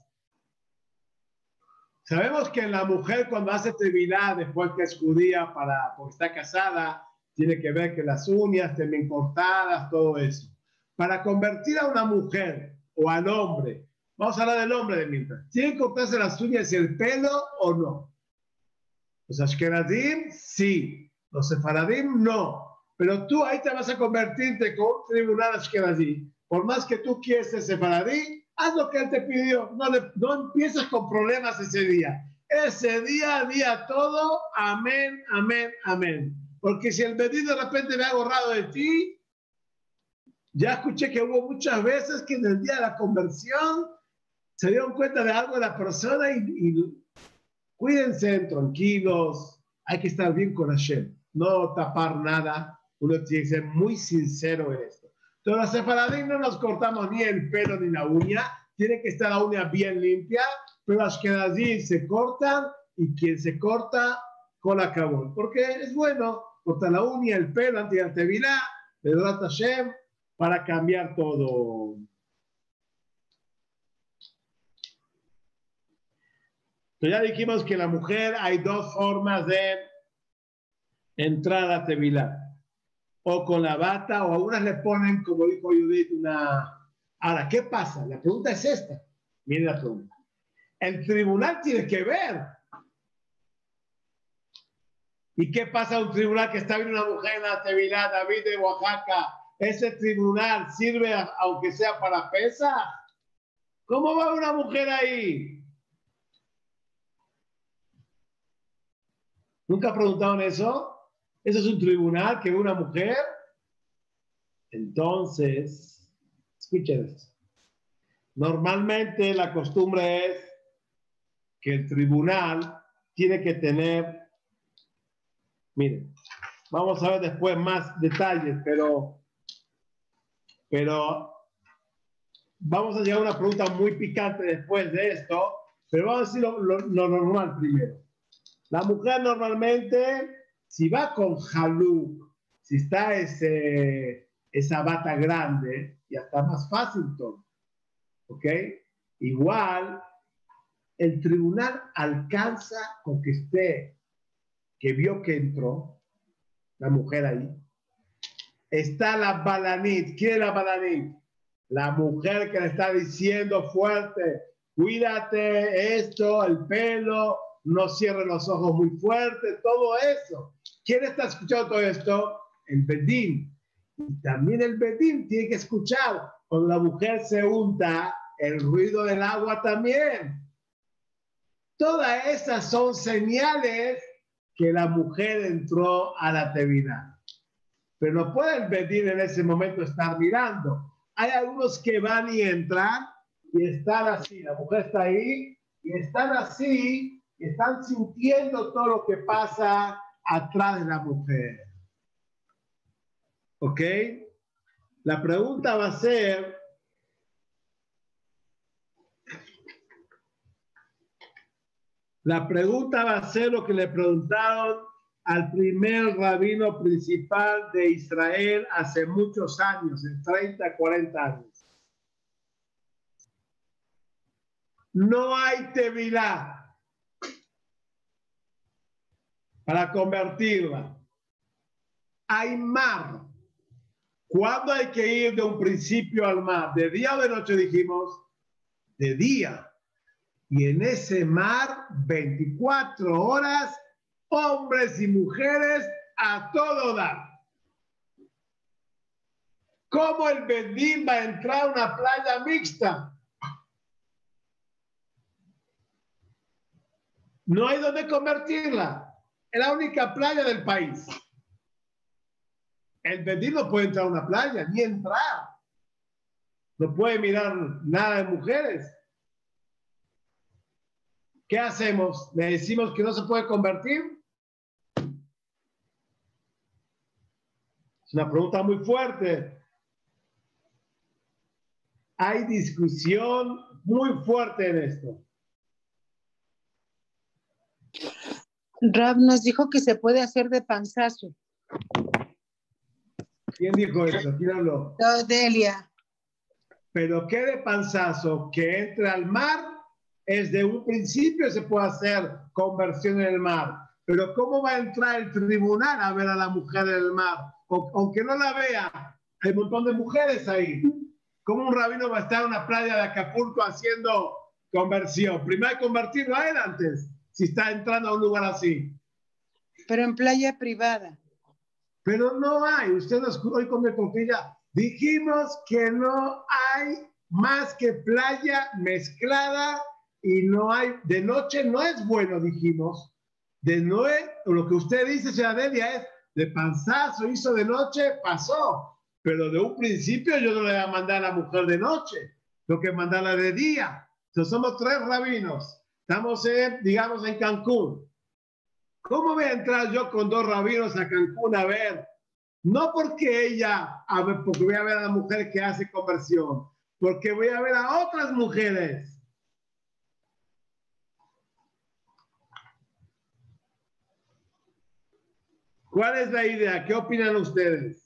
Sabemos que la mujer cuando hace tevilá, después que es judía, para, porque está casada, tiene que ver que las uñas estén bien cortadas, todo eso. Para convertir a una mujer o al hombre, vamos a hablar del hombre de mientras, ¿tiene que cortarse las uñas y el pelo o no? Los ashkenazim, sí. Los sefaradim, no. Pero tú ahí te vas a convertirte con un tribunal ashkenazí. Por más que tú quieras ser sefaradí, haz lo que él te pidió. No, le, no empieces con problemas ese día. Ese día, día todo, amén, amén, amén. Porque si el bedín de repente me ha borrado de ti, ya escuché que hubo muchas veces que en el día de la conversión se dieron cuenta de algo de la persona y, y cuídense, tranquilos, hay que estar bien con Hashem, no tapar nada, uno tiene que ser muy sincero en esto. Entonces, los sefaradín no nos cortamos ni el pelo ni la uña, tiene que estar la uña bien limpia, pero las ashkenazí se cortan y quien se corta, con la cabón, porque es bueno cortar la uña, el pelo, antes de la tevilá, de Dorat Hashem, para cambiar todo. Entonces ya dijimos que la mujer hay dos formas de entrar a tevilá, o con la bata, o a unas le ponen, como dijo Judith, una... Ahora, ¿qué pasa? La pregunta es esta. Miren la pregunta. El tribunal tiene que ver. ¿Y qué pasa a un tribunal que está viendo una mujer en la tevilá, David de Oaxaca? ¿Ese tribunal sirve a, aunque sea para pesa? ¿Cómo va una mujer ahí? ¿Nunca preguntaron eso? ¿Eso es un tribunal que ve una mujer? Entonces, escuchen esto. Normalmente la costumbre es que el tribunal tiene que tener, miren, vamos a ver después más detalles, pero, pero vamos a llegar a una pregunta muy picante después de esto, pero vamos a decir lo, lo, lo normal primero. La mujer normalmente, si va con jaluk, si está ese, esa bata grande, ya está más fácil todo. ¿Ok? Igual, el tribunal alcanza con que esté, que vio que entró la mujer ahí. Está la balanit. ¿Quién es la balanit? La mujer que le está diciendo fuerte, cuídate esto, el pelo, no cierre los ojos muy fuerte, todo eso. ¿Quién está escuchando todo esto? El bedín. Y también el bedín tiene que escuchar cuando la mujer se unta el ruido del agua también. Todas esas son señales que la mujer entró a la tevilá. Pero no puede el bedín en ese momento estar mirando. Hay algunos que van y entran y están así. La mujer está ahí y están así y están sintiendo todo lo que pasa atrás de la mujer. ¿Ok? La pregunta va a ser, la pregunta va a ser lo que le preguntaron al primer rabino principal de Israel hace muchos años, en treinta, cuarenta años. No hay tevilá para convertirla. Hay mar. ¿Cuándo hay que ir de un principio al mar? ¿De día o de noche dijimos? de día. Y en ese mar, veinticuatro horas, hombres y mujeres a todo dar. ¿Cómo el Bedín va a entrar a una playa mixta? No hay donde convertirla. Es la única playa del país. El Bedín no puede entrar a una playa, ni entrar. No puede mirar nada de mujeres. ¿Qué hacemos? ¿Le decimos que no se puede convertir? Es una pregunta muy fuerte. Hay discusión muy fuerte en esto. Rab nos dijo que se puede hacer de panzazo. ¿Quién dijo eso? ¿Quién habló? Delia. Pero ¿qué de panzazo? Que entre al mar es de un principio se puede hacer conversión en el mar. Pero ¿cómo va a entrar el tribunal a ver a la mujer en el mar? O, aunque no la vea, hay un montón de mujeres ahí. ¿Cómo un rabino va a estar en una playa de Acapulco haciendo conversión? Primero hay que convertirlo a él antes, si está entrando a un lugar así. Pero en playa privada. Pero no hay. Usted nos hoy con mi tortilla. Dijimos que no hay más que playa mezclada y no hay, de noche no es bueno, dijimos. De noche, lo que usted dice, señora Delia, es de panzazo, hizo de noche, pasó. Pero de un principio yo no le voy a mandar a la mujer de noche, tengo que mandarla de día. Entonces somos tres rabinos, estamos en, digamos, en Cancún. ¿Cómo voy a entrar yo con dos rabinos a Cancún a ver? No porque ella, a ver, porque voy a ver a la mujer que hace conversión, porque voy a ver a otras mujeres. ¿Cuál es la idea? ¿Qué opinan ustedes?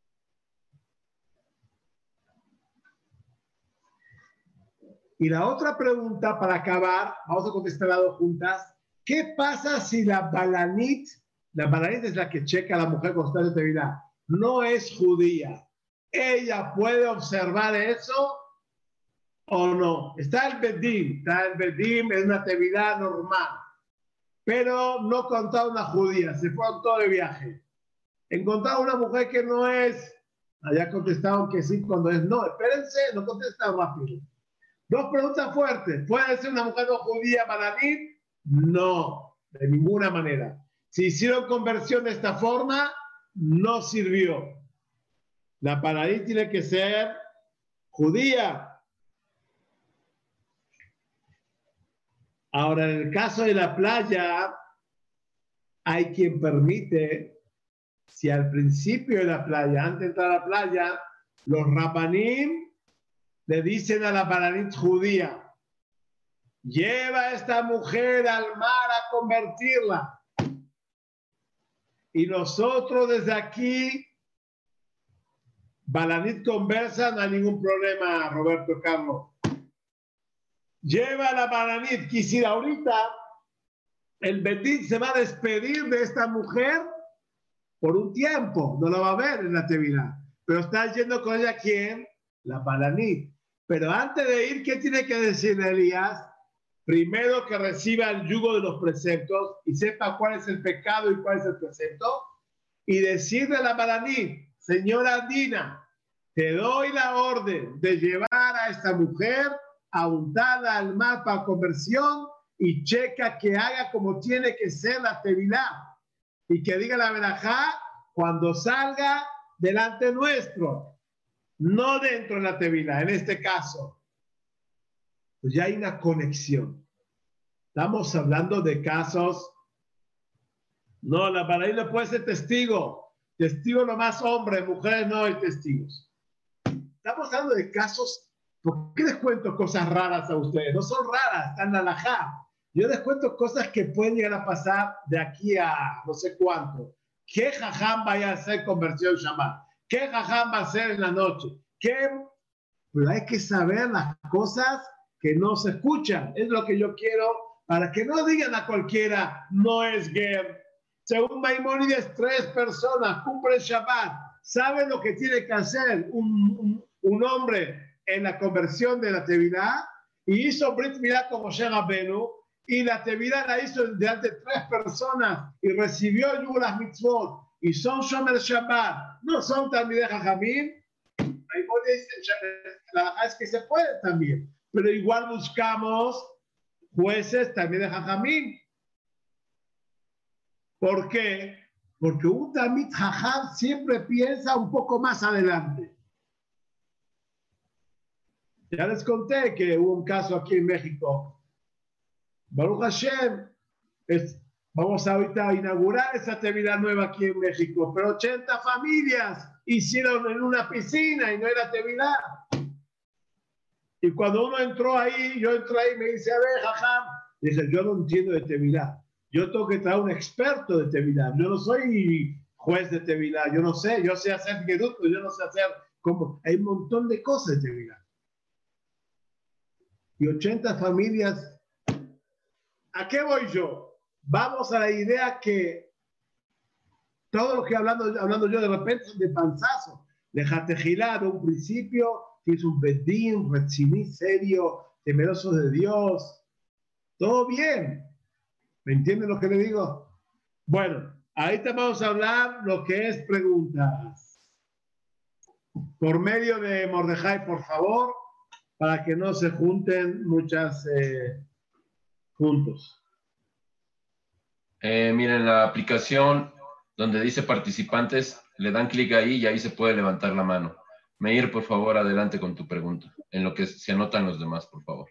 Y la otra pregunta para acabar, vamos a contestar las dos juntas. ¿Qué pasa si la balanit, la balanit es la que checa a la mujer constante de vida, no es judía? ¿Ella puede observar eso o no? Está el Bedim, está el Bedim, es una tevilá normal, pero no contaba una judía, se fue todo de viaje. Encontraron una mujer que no es, allá contestaron que sí cuando es no. Espérense, no contestan rápido. Dos preguntas fuertes. ¿Puede ser una mujer no judía balanit? No, de ninguna manera. Si hicieron conversión de esta forma, no sirvió. La balanit tiene que ser judía. Ahora, en el caso de la playa, hay quien permite, si al principio de la playa, antes de entrar a la playa, los rabanim le dicen a la balanit judía, lleva a esta mujer al mar a convertirla. Y nosotros desde aquí, balanit conversa, no hay ningún problema, Roberto Carlos. Lleva a la balanit, quisiera ahorita, el Betit se va a despedir de esta mujer por un tiempo, no la va a ver en la tevilá, pero está yendo con ella, ¿quién? La balanit. Pero antes de ir, ¿qué tiene que decir Elías? Primero que reciba el yugo de los preceptos y sepa cuál es el pecado y cuál es el precepto, y decirle a la balanit, señora Dina, te doy la orden de llevar a esta mujer untada al mar para conversión y checa que haga como tiene que ser la tevilá y que diga la verajá cuando salga delante nuestro, no dentro de la tevilá, en este caso. Pues ya hay una conexión. Estamos hablando de casos. No, la balanit no puede ser testigo. Testigo nomás hombre, mujeres no hay testigos. Estamos hablando de casos. ¿Por qué les cuento cosas raras a ustedes? No son raras, están en la halajá. Yo les cuento cosas que pueden llegar a pasar de aquí a no sé cuánto. ¿Qué jajam vaya a hacer conversión Shabbat? ¿Qué jajam va a hacer en la noche? ¿Qué? Pero hay que saber las cosas que no se escuchan. Es lo que yo quiero para que no digan a cualquiera, no es ger. Según Maimónides, tres personas cumplen Shabbat, saben lo que tiene que hacer un, un, un hombre en la conversión de la tevilá y hizo Brit Milá como Moshe Rabbeinu, y la Tevilá la hizo delante de tres personas, y recibió las mitzvot, y son Shomer Shabbat, no son Talmidei Jajamim, ahí la verdad es que se puede también, pero igual buscamos jueces también de Jajamim. ¿Por qué? Porque un Talmid Jajam siempre piensa un poco más adelante. Ya les conté que hubo un caso aquí en México. Baruch Hashem, es, vamos ahorita a inaugurar esa Tevilá nueva aquí en México, pero ochenta familias hicieron en una piscina y no era Tevilá. Y cuando uno entró ahí, yo entré ahí y me dice, a ver, Jajam, dije, yo no entiendo de Tevilá. Yo tengo que traer un experto de Tevilá. Yo no soy juez de Tevilá. Yo no sé. Yo sé hacer Gedut, pero yo no sé hacer como... Hay un montón de cosas de Tevilá. Y ochenta familias. ¿A qué voy yo? Vamos a la idea que todo lo que hablando, hablando yo de repente es de panzazo. Dejate girar de un principio, que es un bedín, retziní, serio, temeroso de Dios. Todo bien. ¿Me entienden lo que le digo? Bueno, ahorita vamos a hablar lo que es preguntas. Por medio de Mordejai, por favor, para que no se junten muchas eh, juntos. Eh, miren, la aplicación donde dice participantes, le dan clic ahí y ahí se puede levantar la mano. Meir, por favor, adelante con tu pregunta, en lo que se anotan los demás, por favor.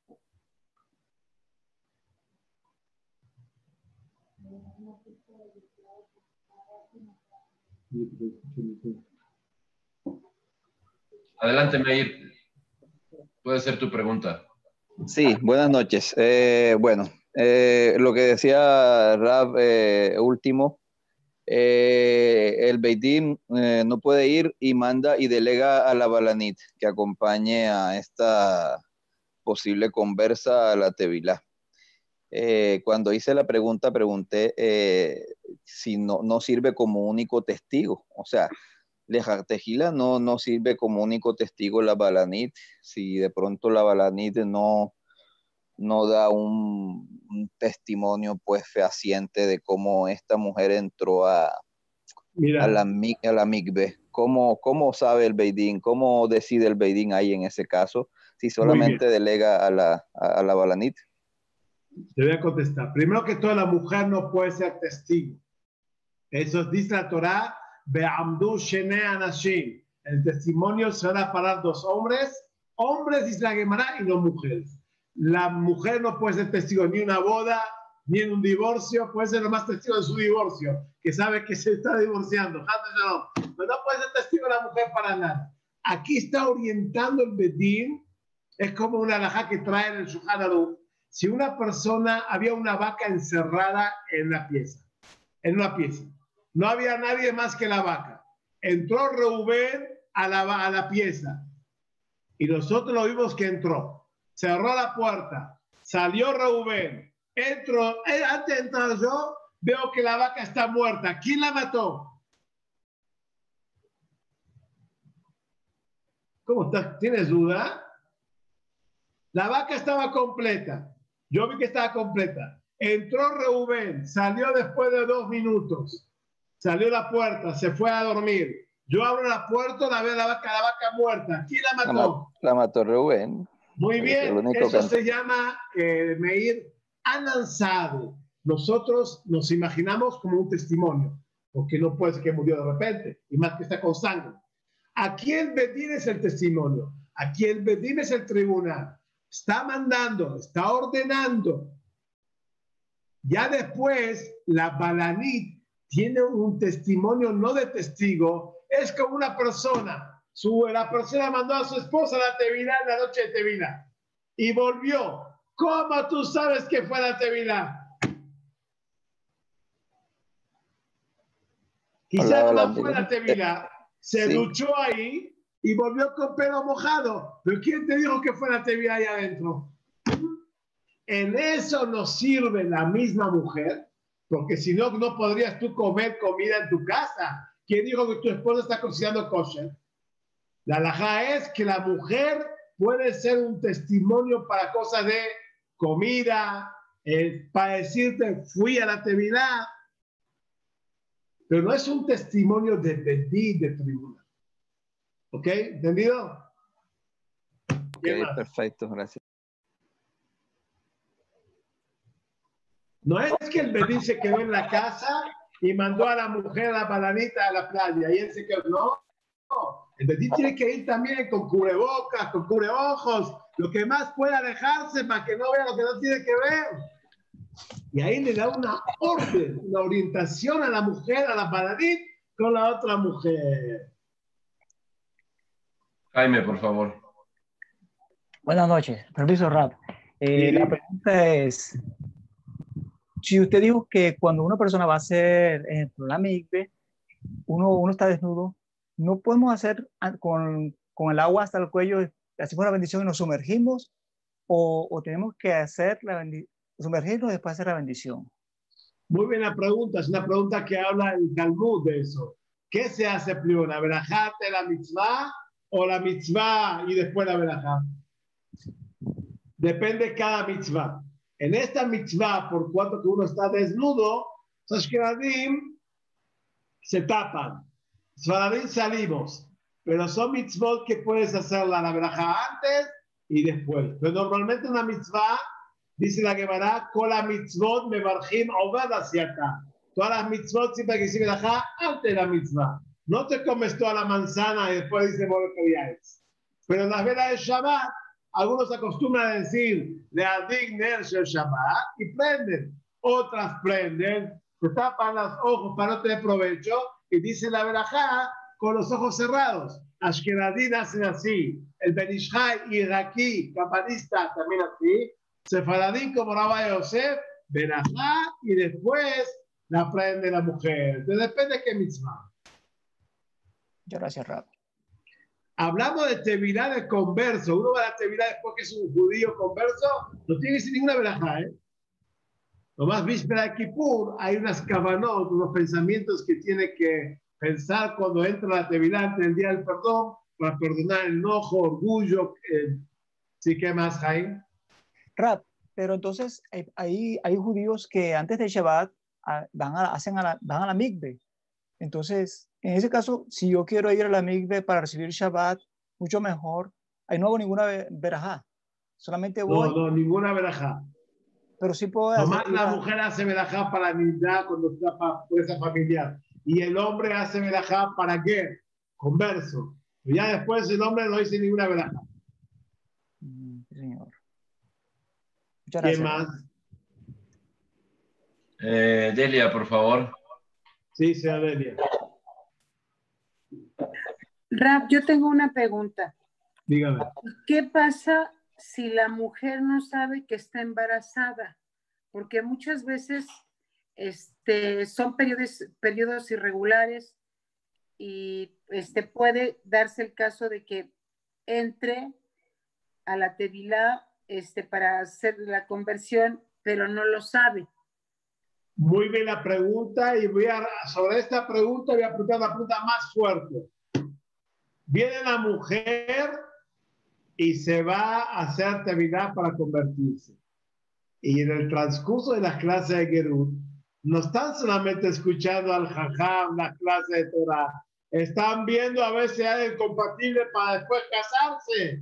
Adelante, Meir. Puede ser tu pregunta. Sí, buenas noches. Eh, bueno, eh, lo que decía Rav eh, último, eh, el Beit Din eh, no puede ir y manda y delega a la Balanit que acompañe a esta posible conversa a la Tevilá. Eh, cuando hice la pregunta, pregunté eh, si no, no sirve como único testigo. O sea, Lejar Tejila no, no sirve como único testigo la Balanit. Si de pronto la Balanit no, no da un, un testimonio pues fehaciente de cómo esta mujer entró a, Mira. a la, a la mikve. ¿Cómo, ¿Cómo sabe el Beit Din? ¿Cómo decide el Beit Din ahí en ese caso? Si solamente delega a la, a, a la Balanit. Te voy a contestar. Primero que todo, la mujer no puede ser testigo. Eso dice la Torá, Be'amdu Shene Anashim. El testimonio se van a parar dos hombres, hombres dice la Gemara y no mujeres. La mujer no puede ser testigo ni en una boda, ni en un divorcio, puede ser nomás testigo de su divorcio, que sabe que se está divorciando. Pero no puede ser testigo de la mujer para nada. Aquí está orientando el Bedín, es como una alajá que trae en el Shulchan Aruch. Si una persona, había una vaca encerrada en la pieza, en una pieza, no había nadie más que la vaca. Entró Reubén a la, a la pieza y nosotros lo vimos que entró. Cerró la puerta, salió Reubén, entró, eh, antes de entrar yo, veo que la vaca está muerta. ¿Quién la mató? ¿Cómo estás? ¿Tienes duda? La vaca estaba completa. Yo vi que estaba completa. Entró Reubén, salió después de dos minutos. Salió a la puerta, se fue a dormir. Yo abro la puerta, la veo la vaca, la vaca muerta. ¿Quién la mató? La, ma la mató Reubén. Muy bien, eso se llama, eh, Meir, ananzado. Nosotros nos imaginamos como un testimonio, porque no puede ser que murió de repente, y más que está con sangre. Aquí el Bedín es el testimonio, aquí el Bedín es el tribunal. Está mandando, está ordenando. Ya después, la Balanit tiene un testimonio no de testigo, es como una persona. Su, la persona mandó a su esposa a la Tevilá en la noche de Tevilá y volvió. ¿Cómo tú sabes que fue a la Tevilá? Quizás no fue a la Tevilá, se sí. duchó ahí y volvió con pelo mojado. ¿Pero quién te dijo que fue a la Tevilá ahí adentro? En eso nos sirve la misma mujer, porque si no, no podrías tú comer comida en tu casa. ¿Quién dijo que tu esposa está cocinando kosher? La halajá es que la mujer puede ser un testimonio para cosas de comida, eh, para decirte fui a la tevilá, pero no es un testimonio de pedir de tribunal. ¿Ok? ¿Entendido? Ok, perfecto, gracias. No es que el bedín se quedó en la casa y mandó a la mujer a la bananita a la playa y él se quedó. No, no. El bedín tiene que ir también con cubrebocas, con cubreojos, lo que más pueda alejarse para que no vea lo que no tiene que ver. Y ahí le da una orden, una orientación a la mujer, a la bananita con la otra mujer. Jaime, por favor. Buenas noches, permiso, Rab. Eh, Sí. la pregunta es, si usted dijo que cuando una persona va a hacer, ejemplo, la mikve, uno, uno está desnudo, ¿no podemos hacer con, con el agua hasta el cuello, hacemos la bendición y nos sumergimos? ¿O, o tenemos que hacer la bendición, sumergirnos y después hacer la bendición? Muy buena pregunta, es una pregunta que habla el Talmud de eso. ¿Qué se hace primero, la verajá de la mitzvah o la mitzvah y después la verajá? Depende de cada mitzvah. En esta mitzvah, por cuanto que uno está desnudo, los Ashkenazim se tapan. Sfaradim salimos. Pero son mitzvot que puedes hacer la verajá antes y después. Pero normalmente una mitzvah, dice la Gemara, con la mitzvot me barjim obad hacia acá. Todas las mitzvot siempre que dice verajá antes de la mitzvah. No te comes toda la manzana y después dice es. Pero en las velas de Shabbat, algunos acostumbran a decir le adigner el Shabbat y prenden. Otras prenden, se tapan los ojos para no tener provecho y dicen la verajá con los ojos cerrados. Ashkenazim hacen así. El Benishai iraquí, campanista, también así. Sefaradí como Rabbi Yosef, verajá y después la prende la mujer. Entonces depende de qué mitzvah. Muchas gracias, Rab. Hablamos de tevilá de converso. Uno va a la tevilá después que es un judío converso, no tiene que ser ninguna verajá, ¿eh? Nomás víspera de Kippur, hay unas kavanot, unos pensamientos que tiene que pensar cuando entra la tevilá ante el día del perdón, para perdonar el enojo, orgullo. Eh, ¿Sí que más, Jaime? Rab, pero entonces hay, hay judíos que antes de Shabbat van a, hacen a la, van a la mikve. Entonces, en ese caso, si yo quiero ir a la mikve para recibir Shabbat, mucho mejor. Ahí no hago ninguna verajá. Solamente voy. No, no, ninguna verajá. Pero sí puedo Nomás hacer. la mujer hace verajá para la nidá cuando está para fuerza familiar. Y el hombre hace verajá para qué? Converso. Y ya después el hombre no dice ninguna verajá. Mm, señor. Muchas ¿Qué gracias. más? Eh, Delia, por favor. Sí, sea Delia. Rab, yo tengo una pregunta. Dígame. ¿Qué pasa si la mujer no sabe que está embarazada? Porque muchas veces este, son periodos, periodos irregulares y este, puede darse el caso de que entre a la tevilá este, para hacer la conversión, pero no lo sabe. Muy bien la pregunta y voy a, sobre esta pregunta voy a apuntar la pregunta más fuerte. Viene la mujer y se va a hacer tevilá para convertirse. Y en el transcurso de las clases de Gerut, no están solamente escuchando al jajam, las clases de Torah, están viendo a ver si hay compatible para después casarse.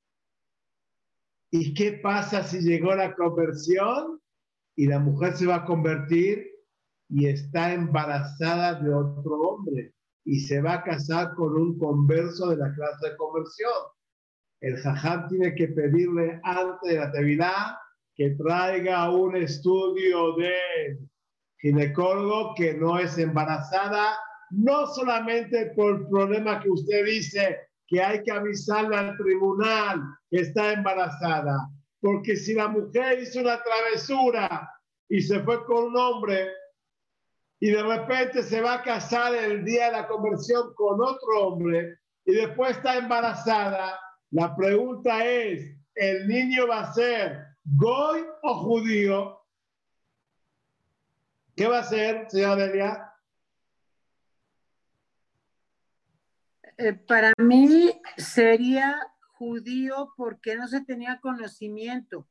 ¿Y qué pasa si llegó la conversión y la mujer se va a convertir y está embarazada de otro hombre y se va a casar con un converso de la clase de conversión? El jajam tiene que pedirle antes de la tevilá que traiga un estudio de ginecólogo que no es embarazada, no solamente por el problema que usted dice que hay que avisarle al tribunal que está embarazada, porque si la mujer hizo una travesura y se fue con un hombre y de repente se va a casar el día de la conversión con otro hombre y después está embarazada, la pregunta es, ¿el niño va a ser goy o judío? ¿Qué va a ser, señora Delia? Eh, para mí sería judío porque no se tenía conocimiento.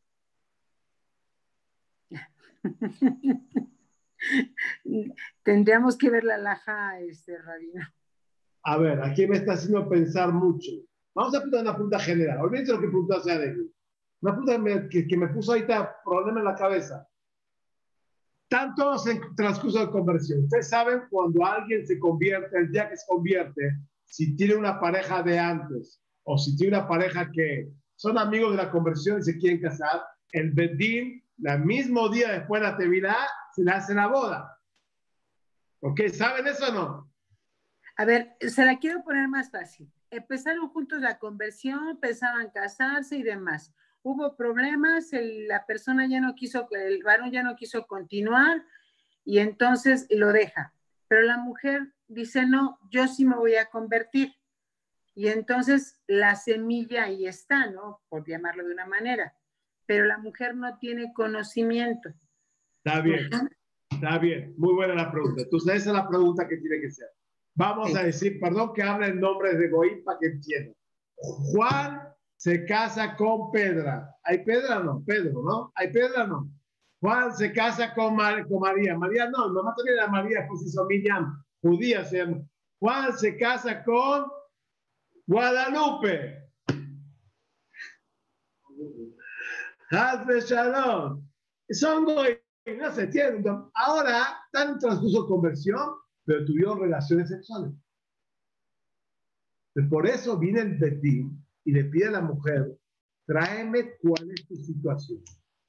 Tendríamos que ver la alhaja, este, rabino. A ver, aquí me está haciendo pensar mucho. Vamos a preguntar una pregunta general. Olvídense lo que preguntó hacia de mí. Una pregunta que me, que, que me puso ahorita problema en la cabeza. Tanto en transcurso de conversión. Ustedes saben cuando alguien se convierte, el día que se convierte, si tiene una pareja de antes o si tiene una pareja que son amigos de la conversión y se quieren casar, el bedín, el mismo día después de la tevilá, se le hace la boda. ¿Ok? ¿Saben eso o no? A ver, se la quiero poner más fácil. Empezaron juntos la conversión, pensaban casarse y demás. Hubo problemas, el, la persona ya no quiso, el varón ya no quiso continuar y entonces lo deja. Pero la mujer dice, no, yo sí me voy a convertir. Y entonces la semilla ahí está, ¿no? Por llamarlo de una manera. Pero la mujer no tiene conocimiento. Está bien, está bien. Muy buena la pregunta. Entonces esa es la pregunta que tiene que ser. Vamos sí. a decir, perdón que hable en nombre de Goín para que entiendan. Juan se casa con Pedra. ¿Hay Pedra o no? Pedro, ¿no? ¿Hay Pedra o no? Juan se casa con, Mar con María. María no, mamá también era María, pues hizo Miriam, judía se llama. Juan se casa con Guadalupe. Hazme shalom. Son Goín, no se entienden. Ahora están en transcurso de conversión, pero tuvieron relaciones sexuales. Por eso viene el bedín y le pide a la mujer, tráeme cuál es tu situación.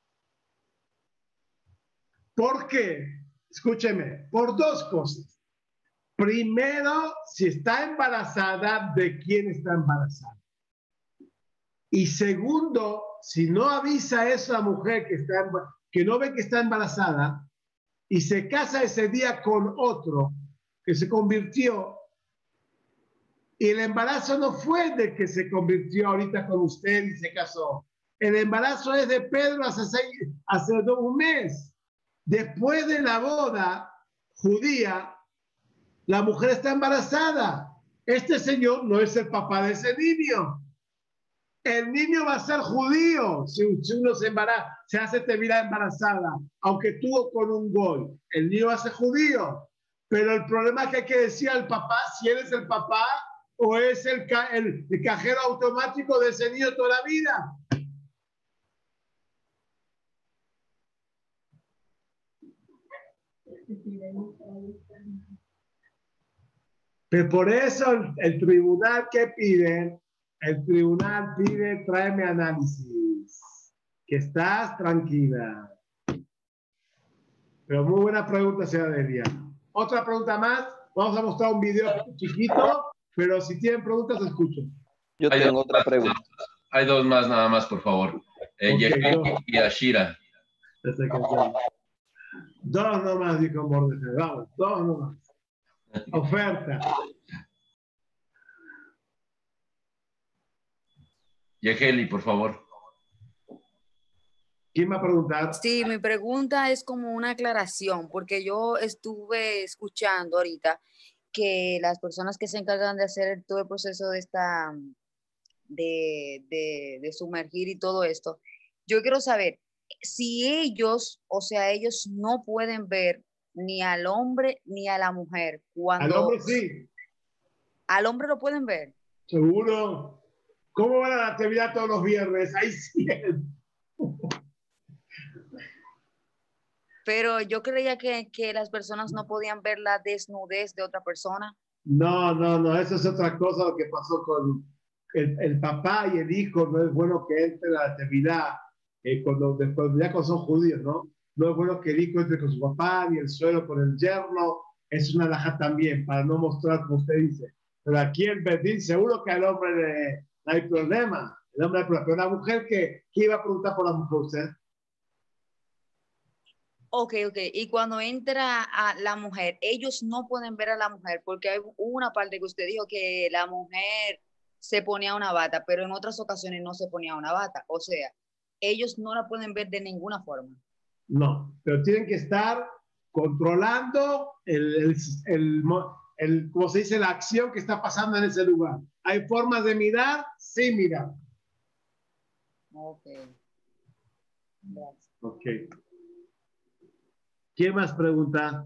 ¿Por qué? Escúcheme, por dos cosas. Primero, si está embarazada, ¿de quién está embarazada? Y segundo, si no avisa a esa mujer que, está, que no ve que está embarazada y se casa ese día con otro que se convirtió, y el embarazo no fue de que se convirtió ahorita con usted y se casó. El embarazo es de Pedro hace, seis, hace un mes. Después de la boda judía, la mujer está embarazada. Este señor no es el papá de ese niño. El niño va a ser judío si uno se embaraza, se hace tevilá embarazada, aunque tuvo con un gol. El niño va a ser judío. Pero el problema es que hay que decir al papá si él es el papá o es el, ca el, el cajero automático de ese niño toda la vida. Pero por eso el, el tribunal que pide, el tribunal pide, tráeme análisis, que estás tranquila. Pero muy buena pregunta, señora Delia. Otra pregunta más, vamos a mostrar un video chiquito, pero si tienen preguntas, escuchen. Yo hay tengo otra más, pregunta. Hay dos más nada más, por favor. Eh, okay, no. Y Ashira. Dos nomás, dijo Mordecai. Vamos, dos nomás. Oferta. Yeheli, por favor. ¿Quién va a preguntar? Sí, mi pregunta es como una aclaración, porque yo estuve escuchando ahorita que las personas que se encargan de hacer todo el proceso de esta, de, de, de sumergir y todo esto, yo quiero saber si ellos, o sea, ellos no pueden ver ni al hombre ni a la mujer cuando... Al hombre sí. ¿Al hombre lo pueden ver? Seguro. ¿Cómo van a la actividad todos los viernes? Ahí sí. Pero yo creía que, que las personas no podían ver la desnudez de otra persona. No, no, no, eso es otra cosa lo que pasó con el, el papá y el hijo. No es bueno que entre a la actividad eh, cuando, después, ya cuando son judíos, ¿no? No es bueno que el hijo entre con su papá ni el suelo con el yerno. Es una alhaja también, para no mostrar como usted dice. Pero aquí el bedín, seguro que al hombre le, no hay problema. El hombre hay problema. Pero la mujer, que, ¿qué iba a preguntar por la mujer usted? Ok, ok. Y cuando entra a la mujer, ellos no pueden ver a la mujer porque hay una parte que usted dijo que la mujer se ponía una bata, pero en otras ocasiones no se ponía una bata. O sea, ellos no la pueden ver de ninguna forma. No, pero tienen que estar controlando el, el, el, el, como se dice, la acción que está pasando en ese lugar. Hay formas de mirar sin mirar. Ok. Gracias. Ok. ¿Quién más pregunta?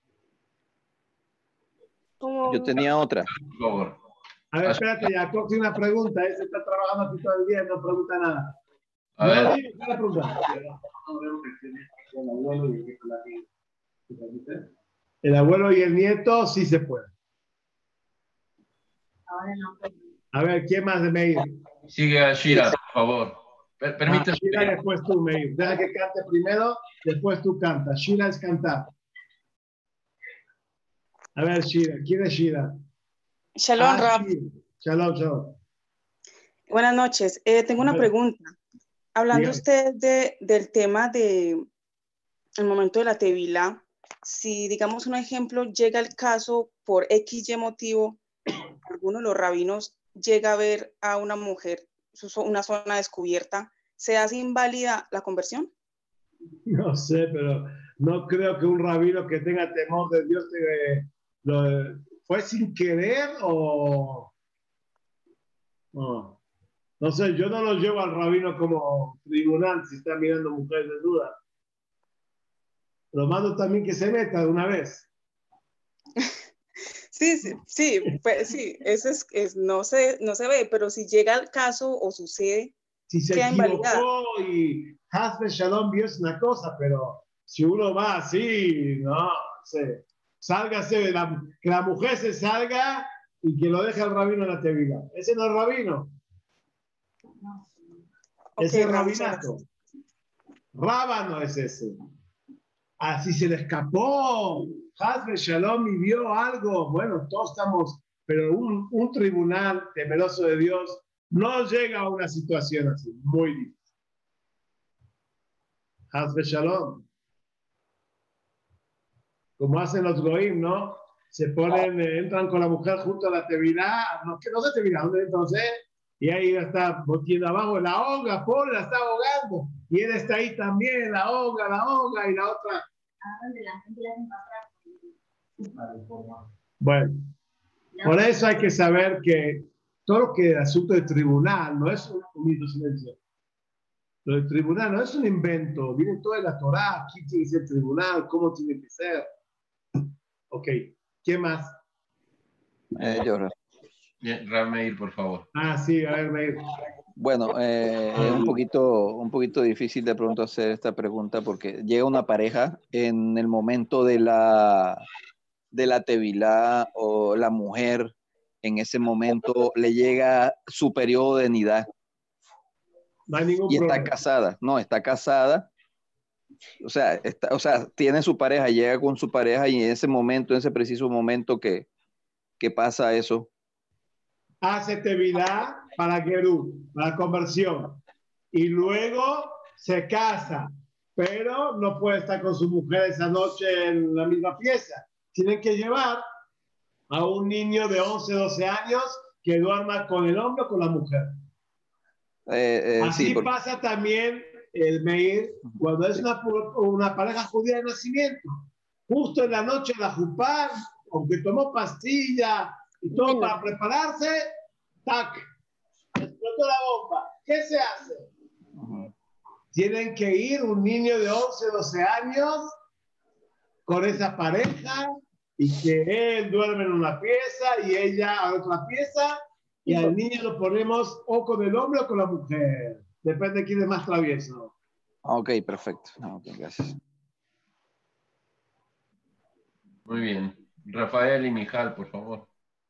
Yo tenía otra. Por favor. A ver, espérate, Jacob tiene una pregunta. Ese está trabajando aquí todo el día y no pregunta nada. A no, ver. dime, ¿cuál es la pregunta? El abuelo y el nieto sí se puede. A ver, ¿quién más de Meir? Sigue a Shira, por favor. Per- Permíteme. Ah, Shira, después tú, Meir. Deja que cante primero, después tú cantas. Shira es cantar. A ver, Shira, ¿quién es Shira? Shalom, Ah, Rab. Shira. Shalom, shalom. Buenas noches. Eh, tengo una Hola. pregunta. Hablando Dígame. usted de, del tema de el momento de la tevilá, si digamos un ejemplo, llega el caso por X y motivo, alguno de los rabinos llega a ver a una mujer, su- una zona descubierta, ¿se hace inválida la conversión? No sé, pero no creo que un rabino que tenga temor de Dios te, lo, ¿fue sin querer o no? No sé, yo no lo llevo al rabino como tribunal si está mirando mujeres desnudas. Lo mando también que se meta de una vez. Sí, sí, sí, pues, sí, eso es, es- no se, no se ve, pero si llega el caso o sucede, Si se queda invalidada. equivocó y Hazbe Shalom vio es una cosa, pero si uno va así, no sé. Sálgase, de la, que la mujer se salga y que lo deje al rabino en la tevila. Ese no es rabino. Ok, Ese es Rab, muchas rabinato. Rábano es ese. Así se le escapó. Hazbe Shalom y vio algo. Bueno, todos estamos, pero un, un tribunal temeroso de Dios no llega a una situación así. Muy difícil. Hazbe Shalom. Como hacen los goim, ¿no? Se ponen, eh, entran con la mujer junto a la tevilá, no, que no sé tevilá, ¿dónde entonces? Y ahí está botiendo abajo, la ahoga, pobre, la está ahogando. Y él está ahí también, la ahoga, la ahoga, y la otra. Bueno, por eso hay que saber que todo lo que es asunto de tribunal no es un, un minuto de silencio. Lo del tribunal no es un invento, viene todo de la Torá, aquí tiene que ser tribunal, cómo tiene que ser. Ok, ¿qué más? Eh, yo, Rab. Bien, Rab Meir, por favor. Ah, sí, a ver, Meir. Bueno, eh, es un poquito, un poquito difícil de pronto hacer esta pregunta porque llega una pareja en el momento de la, de la tevilá o la mujer en ese momento le llega su periodo de nidá No hay ningún y está problema. casada, no, está casada, o sea, está, o sea, tiene su pareja, llega con su pareja y en ese momento, en ese preciso momento que, que pasa eso. Hace tevilá para Gerú, para conversión. Y luego se casa, pero no puede estar con su mujer esa noche en la misma pieza. Tienen que llevar a un niño de once, doce años que duerma con el hombre o con la mujer. Eh, eh, Así sí, porque, pasa también el Meir cuando es sí. una, una pareja judía de nacimiento. Justo en la noche de la Jupá, aunque tomó pastilla y todo Bueno. para prepararse, ¡tac! Explotó la bomba. ¿Qué se hace? Ujú. Tienen que ir un niño de once, doce años con esa pareja y que él duerme en una pieza y ella en otra pieza y al niño lo ponemos o con el hombre o con la mujer. Depende de quién es más travieso. Ok, perfecto. Ok, gracias. Muy bien. Rafael y Mijal, por favor.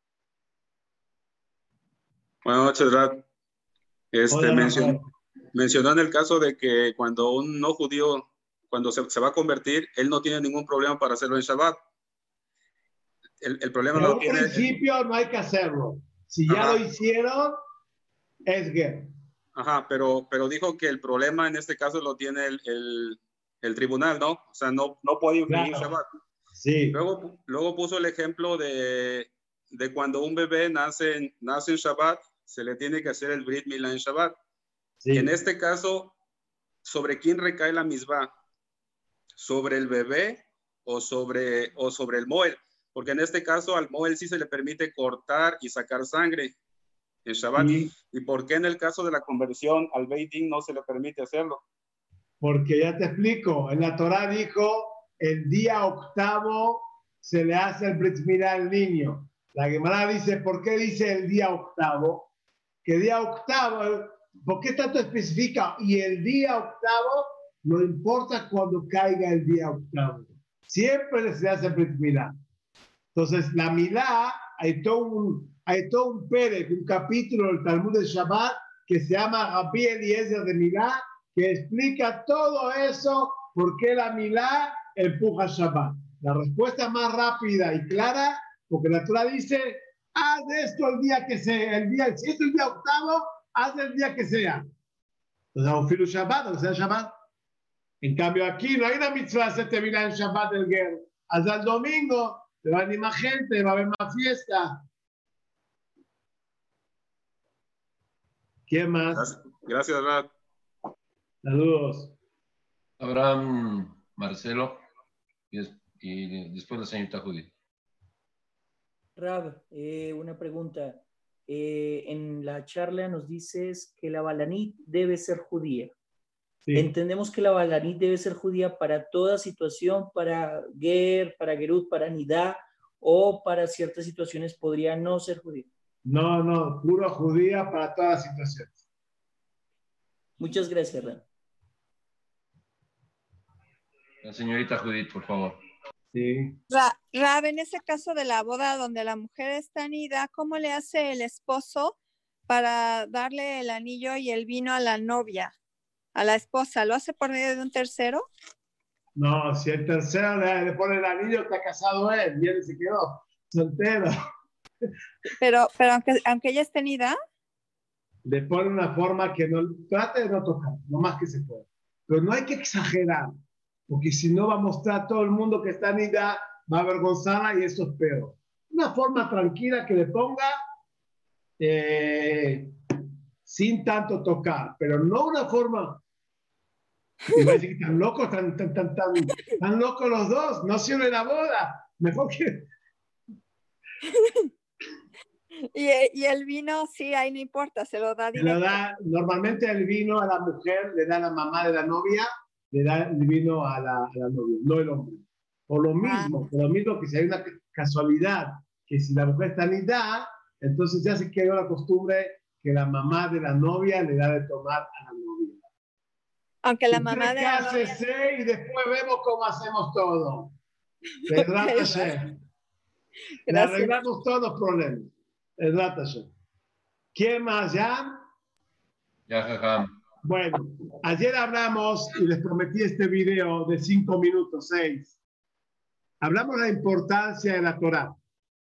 Buenas noches, Rad. Este, Hola, mencionó, Rafael. mencionó en el caso de que cuando un no judío, cuando se, se va a convertir, él no tiene ningún problema para hacerlo en Shabbat. El, el problema En lo un tiene... principio no hay que hacerlo. Si ya Ajá. lo hicieron, es guerra. Ajá, pero, pero dijo que el problema en este caso lo tiene el, el, el tribunal, ¿no? O sea, no, no puede infringir Claro. Shabbat. Sí. Luego, luego puso el ejemplo de, de cuando un bebé nace en, nace en Shabbat, se le tiene que hacer el Brit Milá en Shabbat. Sí. En este caso, ¿sobre quién recae la misbah? ¿Sobre el bebé o sobre, o sobre el Moel? Porque en este caso al Moel sí se le permite cortar y sacar sangre en Shabbat. Sí. ¿Y por qué en el caso de la conversión al Beit Din no se le permite hacerlo? Porque ya te explico, en la Torá dijo, el día octavo se le hace el Brit Milá al niño. La Gemara dice, ¿por qué dice el día octavo? Que día octavo, ¿por qué tanto especifica? Y el día octavo, no importa cuando caiga el día octavo. Siempre se hace el Brit Milá. Entonces, la Milá, hay todo un, hay todo un perek, un capítulo del Talmud de Shabbat que se llama Rabbi Eliezer de Milá, que explica todo eso, por qué la Milá empuja Shabbat. La respuesta más rápida y clara, porque la Torah dice, haz esto el día que sea, el día, si es el día octavo, haz el día que sea. Entonces, un filo Shabbat, o sea Shabbat. En cambio, aquí no hay una mitzvah de hacer Milá en Shabbat del Ger. Hasta el domingo, te va a venir más gente, va a haber más fiesta. ¿Quién más? Gracias, gracias Rab. Saludos. Abraham, Marcelo y, des- y después la señorita Judith. Rab, eh, una pregunta. Eh, en la charla nos dices que la Balanit debe ser judía. Sí. Entendemos que la Balanit debe ser judía para toda situación, para Ger, para Gerut, para Nidá, o para ciertas situaciones podría no ser judía. No, no, puro judía para todas las situaciones. Muchas gracias, Rab. La señorita Judith, por favor. Sí. Ra- Rab, en ese caso de la boda donde la mujer está nida, ¿cómo le hace el esposo para darle el anillo y el vino a la novia, a la esposa? ¿Lo hace por medio de un tercero? No, si el tercero le, le pone el anillo, está casado él y él se quedó soltero. Pero, pero aunque, aunque ella esté nida, Le pone una forma que no, trate de no tocar, lo más que se pueda. Pero no hay que exagerar, porque si no va a mostrar a todo el mundo que está nida, va a avergonzarla y eso es peor. Una forma tranquila que le ponga eh, sin tanto tocar, pero no una forma. Y va a decir, tan locos, tan, tan, tan, tan, tan locos los dos, no sirve la boda. Mejor que. y, y el vino, sí, ahí no importa, se lo da Se directo. lo da, normalmente el vino a la mujer, le da la mamá de la novia, le da el vino a la, a la novia, no el hombre. Por lo mismo, por lo mismo que si hay una casualidad, que si la mujer está nida, entonces ya se quedó la costumbre que la mamá de la novia le da de tomar a la novia. Aunque la Usted mamá de la novia... cásese y después vemos cómo hacemos todo. Pedrat Ok, Hashem. Le gracias. arreglamos todos los problemas. Pedrat Hashem. ¿Quién más ya? Ya, jajam. Bueno, ayer hablamos y les prometí este video de cinco minutos, seis. Hablamos de la importancia de la Torah.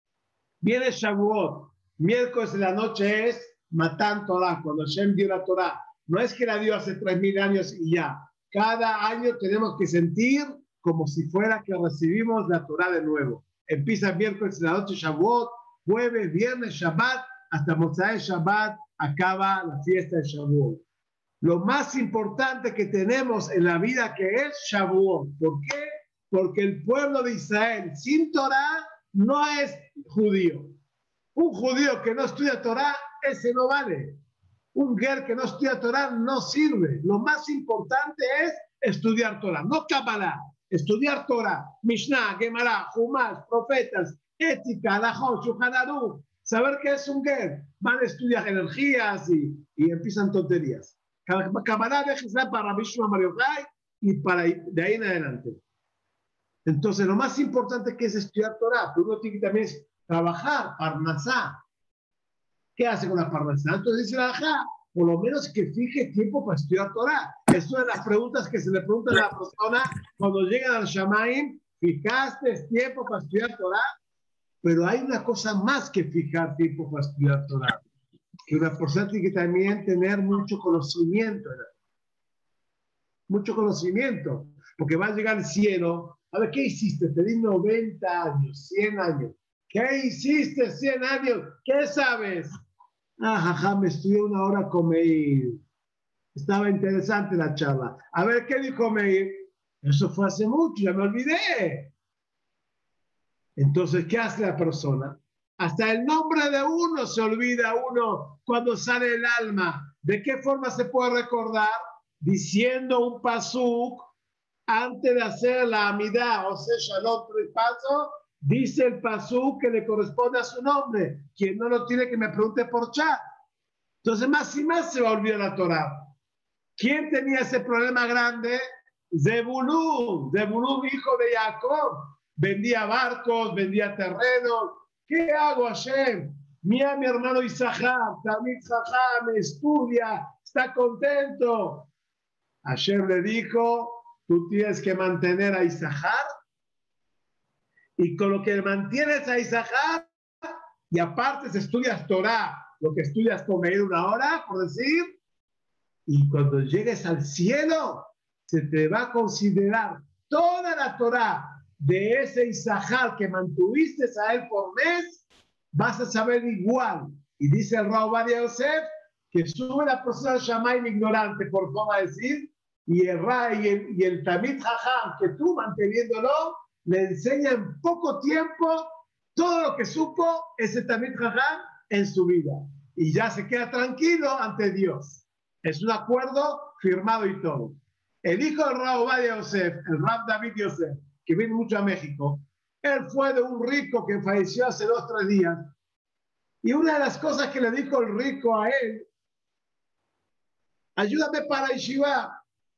Viene Shavuot, miércoles de la noche es Matan Torah, cuando Hashem dio la Torah. No es que la dio hace tres mil años y ya. Cada año tenemos que sentir como si fuera que recibimos la Torah de nuevo. Empieza miércoles de la noche Shavuot, jueves, viernes, Shabbat, hasta Motzai Shabbat acaba la fiesta de Shavuot. Lo más importante que tenemos en la vida que es Shavuot. ¿Por qué? Porque el pueblo de Israel sin Torah no es judío. Un judío que no estudia Torah, ese no vale. Un ger que no estudia Torah no sirve. Lo más importante es estudiar Torah, no Kabbalah. Estudiar Torah, Mishnah, Gemara, Humash, profetas, ética, Halajot, Shulchan Aruch. Saber qué es un ger. Van a estudiar energías y, y empiezan tonterías. Kabbalah deja para Rabbi Shimon Bar Yochai y para de ahí en adelante. Entonces, lo más importante que es estudiar Torah, pero uno tiene que también es trabajar, parnasá. ¿Qué hace con la parnasá? Entonces dice la Alajá, por lo menos que fije tiempo para estudiar Torah. Es una de las preguntas que se le preguntan a la persona cuando llegan al Shamaim. ¿Fijaste tiempo para estudiar Torah? Pero hay una cosa más que fijar tiempo para estudiar Torah. Que una persona tiene que también tener mucho conocimiento. Mucho conocimiento. Porque va a llegar al cielo. A ver, ¿qué hiciste? Te di noventa años, cien años. ¿Qué hiciste cien años? ¿Qué sabes? Ah, jaja, me estudié una hora con Meir. Estaba interesante la charla. A ver, ¿qué dijo Meir? Eso fue hace mucho, ya me olvidé. Entonces, ¿qué hace la persona? Hasta el nombre de uno se olvida uno cuando sale el alma. ¿De qué forma se puede recordar? Diciendo un pasuk antes de hacer la amidá, o sea, shalom, tres pasos, dice el pasuk que le corresponde a su nombre. Quien no lo tiene que me pregunte por chat. Entonces, más y más se va a olvidar la Torah. ¿Quién tenía ese problema grande? Zebulún, Zebulún, hijo de Jacob. Vendía barcos, vendía terrenos. ¿Qué hago, Hashem? Mira mi hermano Isahar, también Isahar me estudia, está contento. Hashem le dijo, tú tienes que mantener a Isahar, y con lo que mantienes a Isahar, y aparte estudias Torah, lo que estudias con medir una hora, por decir, y cuando llegues al cielo, se te va a considerar toda la Torah de ese Isahar que mantuviste a él por mes, vas a saber igual. Y dice el Rav Ovadia Yosef que sube la persona al Shamayim ignorante, por forma de decir, y el Ra y el, y el Tamid Jajam, que tú manteniéndolo, le enseña en poco tiempo todo lo que supo ese Tamid Jajam en su vida. Y ya se queda tranquilo ante Dios. Es un acuerdo firmado y todo. El hijo del Rav Ovadia Yosef, el Rav David Yosef, que viene mucho a México, él fue de un rico que falleció hace dos o tres días. Y una de las cosas que le dijo el rico a él, ayúdame para Yeshiva.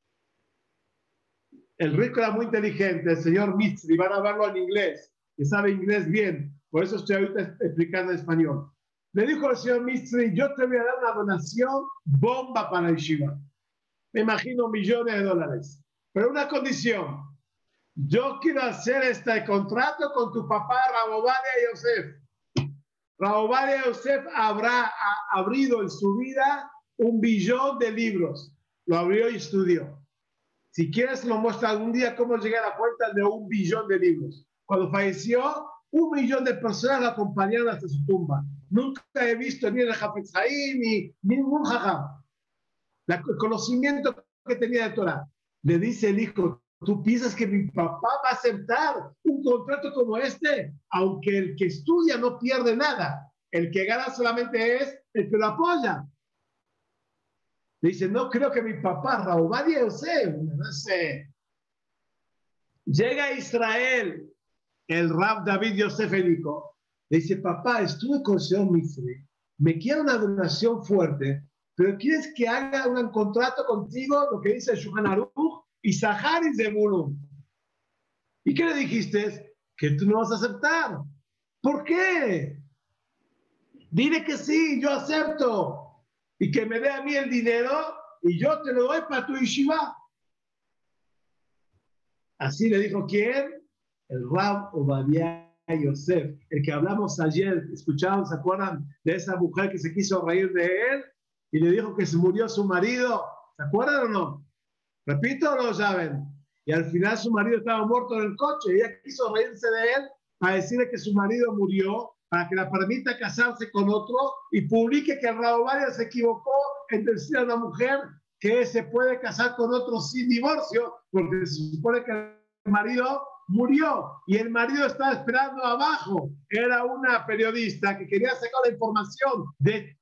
El rico era muy inteligente, el señor Mitzri, van a verlo en inglés, que sabe inglés bien, por eso estoy ahorita explicando en español. Le dijo al señor Mitzri, yo te voy a dar una donación bomba para Yeshiva. Me imagino millones de dólares, pero una condición. Yo quiero hacer este contrato con tu papá, Rav Ovadia Yosef. Rav Ovadia Yosef habrá ha, abrido en su vida un billón de libros. Lo abrió y estudió. Si quieres, lo muestra algún día cómo llegué a la cuenta de un billón de libros. Cuando falleció, un millón de personas lo acompañaron hasta su tumba. Nunca he visto ni el Hafetz Haim ni ningún jajam. El conocimiento que tenía de Torah. Le dice el hijo, ¿tú piensas que mi papá va a aceptar un contrato como este? Aunque el que estudia no pierde nada. El que gana solamente es el que lo apoya. Le dice, no creo que mi papá, Rav Ovadia Yosef, no sé. Llega a Israel el Rav David Yosef el hijo. Le dice, papá, estuve con el señor Mitzri, me quiere una donación fuerte, pero ¿quieres que haga un contrato contigo? Lo que dice el Shulchan Aruch, Isahar y Zebulun. ¿Y qué le dijiste? Que tú no vas a aceptar. ¿Por qué? Dile que sí, yo acepto. Y que me dé a mí el dinero y yo te lo doy para tu yeshiva. Así le dijo ¿quién? El Rav Ovadia Yosef, el que hablamos ayer, escucharon, ¿se acuerdan de esa mujer que se quiso reír de él y le dijo que se murió su marido? ¿Se acuerdan o no? ¿Repito o no saben? Y al final su marido estaba muerto en el coche y ella quiso reírse de él para decirle que su marido murió, para que la permita casarse con otro y publique que el Rav Ovadia se equivocó en decir a una mujer que se puede casar con otro sin divorcio, porque se supone que el marido murió y el marido estaba esperando abajo. Era una periodista que quería sacar la información de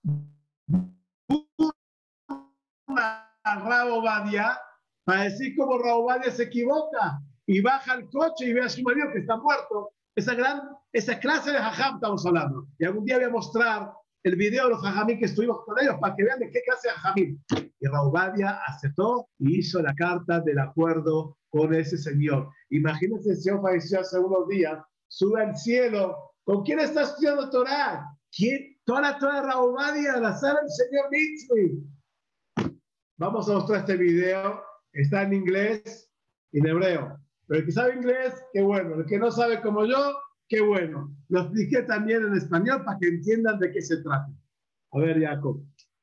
Rav Ovadia para decir cómo Rav Ovadia se equivoca y baja el coche y ve a su marido que está muerto. Esa, gran, esa clase de jajam estamos hablando. Y algún día voy a mostrar el video de los jajamín que estuvimos con ellos para que vean de qué clase de jajamín. Y Rav Ovadia aceptó y hizo la carta del acuerdo con ese señor. Imagínense, el señor falleció hace unos días, sube al cielo. ¿Con quién está estudiando Torah? ¿Quién? Toda la Torah de Rav Ovadia la sabe el señor Mitzri. Vamos a mostrar este video. Está en inglés y en hebreo. Pero el que sabe inglés, qué bueno. El que no sabe como yo, qué bueno. Lo expliqué también en español para que entiendan de qué se trata. A ver, Jacob.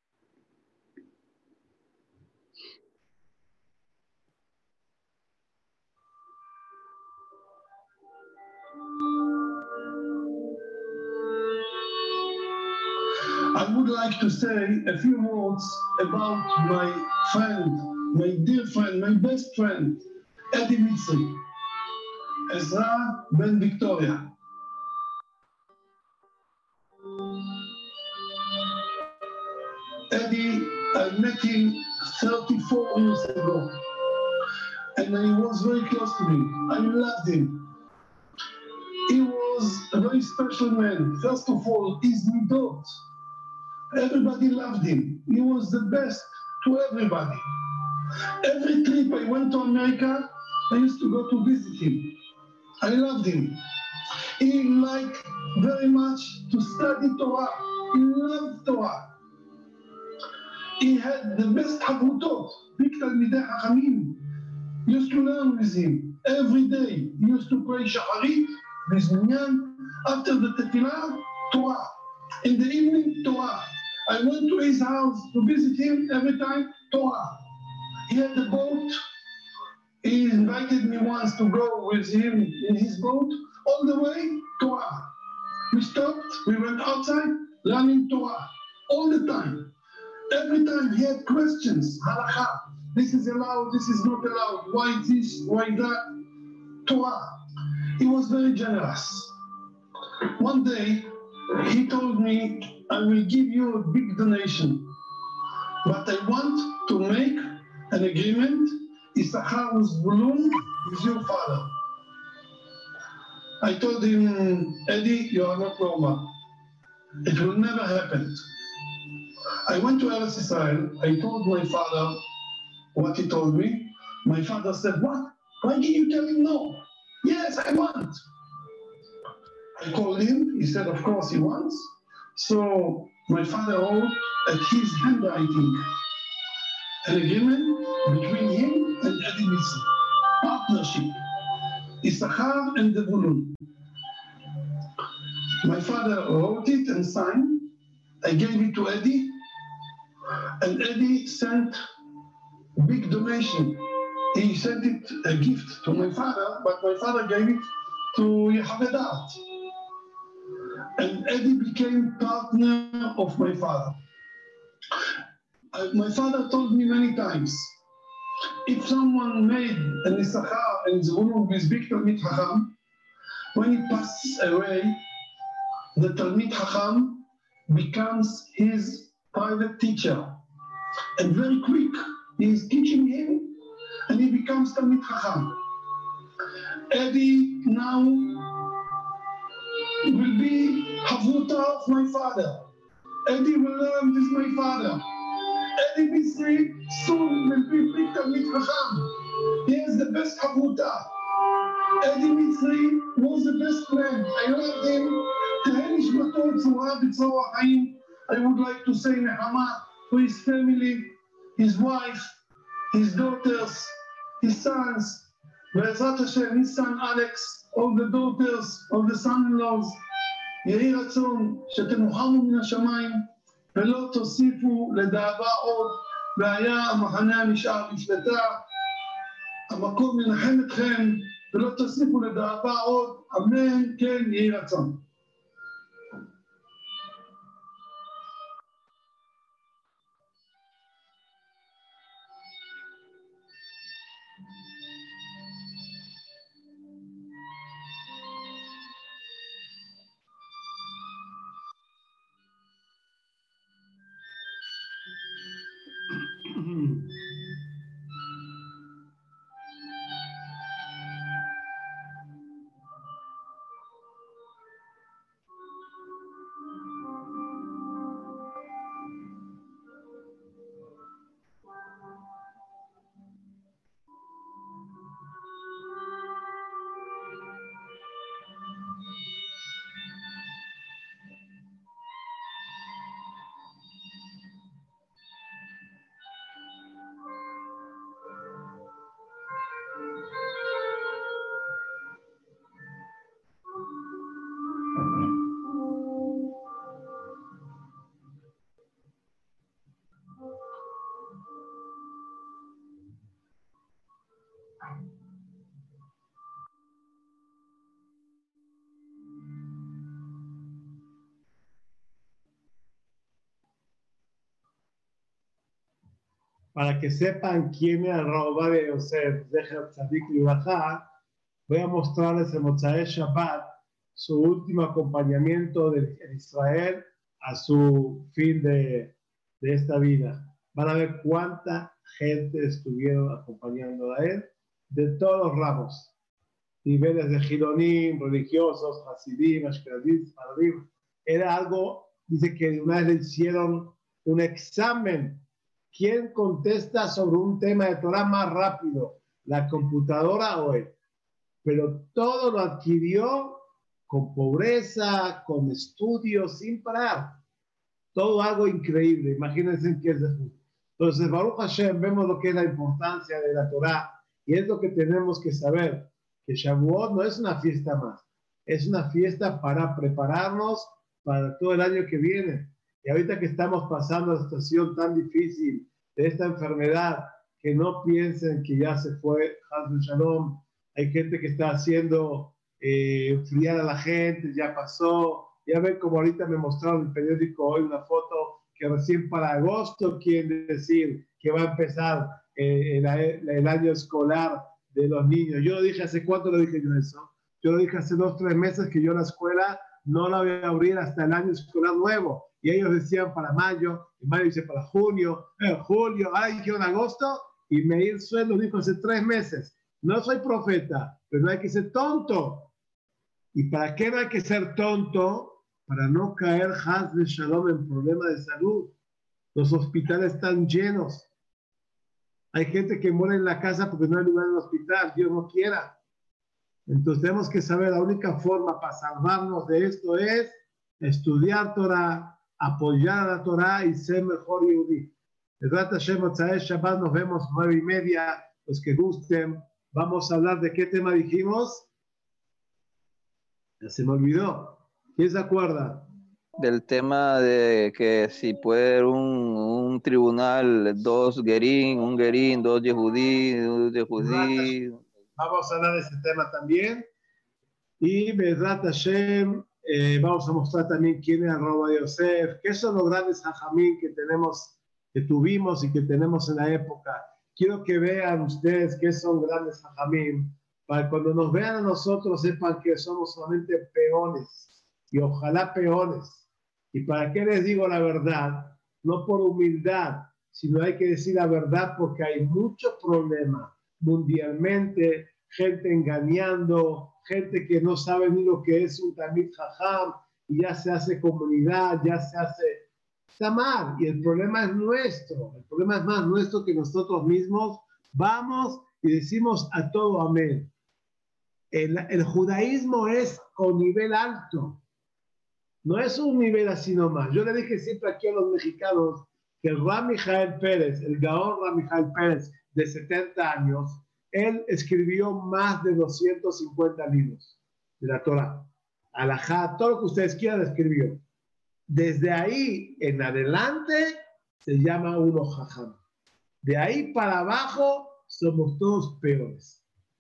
I would like to say a few words about my friend, my dear friend, my best friend, Eddie Mitzri, Ezra Ben Victoria. Eddie, I met him thirty-four years ago, and he was very close to me. I loved him. He was a very special man. First of all, his midot. Everybody loved him. He was the best to everybody. Every trip I went to America, I used to go to visit him. I loved him. He liked very much to study Torah. He loved Torah. He had the best havutot, big Talmidei Chachamim. Used to learn with him every day. He used to pray Shacharit with Minyan. After the Tefillah, Torah. In the evening, Torah. I went to his house to visit him every time, Torah. He had a boat. He invited me once to go with him in his boat. All the way, Torah. We stopped, we went outside, learning Torah. All the time. Every time he had questions, halakha. This is allowed, this is not allowed. Why this, why that? Torah. He was very generous. One day, he told me, I will give you a big donation, but I want to make an agreement. Issachar was balloon with your father. I told him, Eddie, you are not normal. It will never happen. I went to Eretz Israel. I told my father what he told me. My father said, what? Why did you tell him no? Yes, I want. I called him. He said, of course he wants. So my father wrote at his handwriting an agreement between him and Eddie Mitzri. Partnership. Issachar and Zevulun. My father wrote it and signed. I gave it to Eddie, and Eddie sent a big donation. He sent it a gift to my father, but my father gave it to Yehavedat. And Eddie became partner of my father. Uh, my father told me many times, if someone made an Issachar and Zevulun with big Talmid Chacham, when he passes away, the Talmid Chacham becomes his private teacher. And very quick, he is teaching him, and he becomes Talmid Chacham. Eddie now will be Havuta of my father. Eddie will learn with my father. Eddie Mitzri soon will be big Talmid Chacham. He is the best Havuta. Eddie Mitzri was the best man. I loved him. I would like to say Nehama to his family, his wife, his daughters, his sons, Be'ezrat Hashem, his son Alex, all the daughters, all the son-in-laws. יהי רצון שתנוחמו מן השמיים ולא תוסיפו לדאבה עוד, והיה המחנה הנשאר לשלטה. המקום ינחם אתכם ולא תוסיפו לדאבה עוד, אמן, כן, יהי רצון. Para que sepan quién era el Rav Ovadia Yosef, Zecher Tzadik Libraja, voy a mostrarles el Motzai Shabbat, su último acompañamiento de, en Israel a su fin de, de esta vida. Van a ver cuánta gente estuvieron acompañando a él de todos los ramos. Niveles de Gironim, religiosos, Hasidim, Ashkenazim, Sfaradim. Era algo, dice que una vez le hicieron un examen. ¿Quién contesta sobre un tema de Torah más rápido? ¿La computadora o él? Pero todo lo adquirió con pobreza, con estudios, sin parar. Todo algo increíble. Imagínense qué es de fútbol. Entonces, Baruch Hashem, vemos lo que es la importancia de la Torah y es lo que tenemos que saber, que Shavuot no es una fiesta más, es una fiesta para prepararnos para todo el año que viene. Y ahorita que estamos pasando la situación tan difícil de esta enfermedad, que no piensen que ya se fue, Hazbe Shalom. Hay gente que está haciendo eh, enfriar a la gente, ya pasó. Ya ven como ahorita me mostraron en el periódico hoy una foto que recién para agosto quiere decir que va a empezar eh, el, el año escolar de los niños. Yo lo dije, ¿hace cuánto lo dije yo eso? Yo lo dije hace dos, tres meses que yo la escuela no la voy a abrir hasta el año escolar nuevo. Y ellos decían para mayo, y mayo dice para junio, eh, julio, ahora dijeron agosto, y Meir Suel lo dijo hace tres meses. No soy profeta, pero no hay que ser tonto. ¿Y para qué no hay que ser tonto? Para no caer Hazbe Shalom en problemas de salud. Los hospitales están llenos. Hay gente que muere en la casa porque no hay lugar en el hospital, Dios no quiera. Entonces tenemos que saber, la única forma para salvarnos de esto es estudiar Torah, apoyar a la Torah y ser mejor Yehudí. Bezrat Hashem, Motzei Shabbat, nos vemos nueve y media, los que gusten. Vamos a hablar de qué tema dijimos. Ya se me olvidó. ¿Quién se acuerda? Del tema de que si puede haber un, un tribunal, dos Gerín, un Gerín, dos Yehudí, dos Yehudí. Vamos a hablar de ese tema también. Y Bezrat Hashem, eh, vamos a mostrar también quién es Arroba Yosef, qué son los grandes hajamim que tenemos, que tuvimos y que tenemos en la época. Quiero que vean ustedes qué son grandes hajamim, para que cuando nos vean a nosotros sepan que somos solamente peones, y ojalá peones. ¿Y para qué les digo la verdad? No por humildad, sino hay que decir la verdad porque hay muchos problemas mundialmente, gente engañando, gente que no sabe ni lo que es un Talmid Jajam, y ya se hace comunidad, ya se hace... Está mal, y el problema es nuestro, el problema es más nuestro que nosotros mismos. Vamos y decimos a todo amén. El, el judaísmo es con nivel alto, no es un nivel así nomás. Yo le dije siempre aquí a los mexicanos que el Rab Mijael Pérez, el Gaón Rab Mijael Pérez, de setenta años, él escribió más de doscientos cincuenta libros de la Torah. Alajá, todo lo que ustedes quieran escribió. Desde ahí en adelante se llama uno jajam. De ahí para abajo somos todos peores.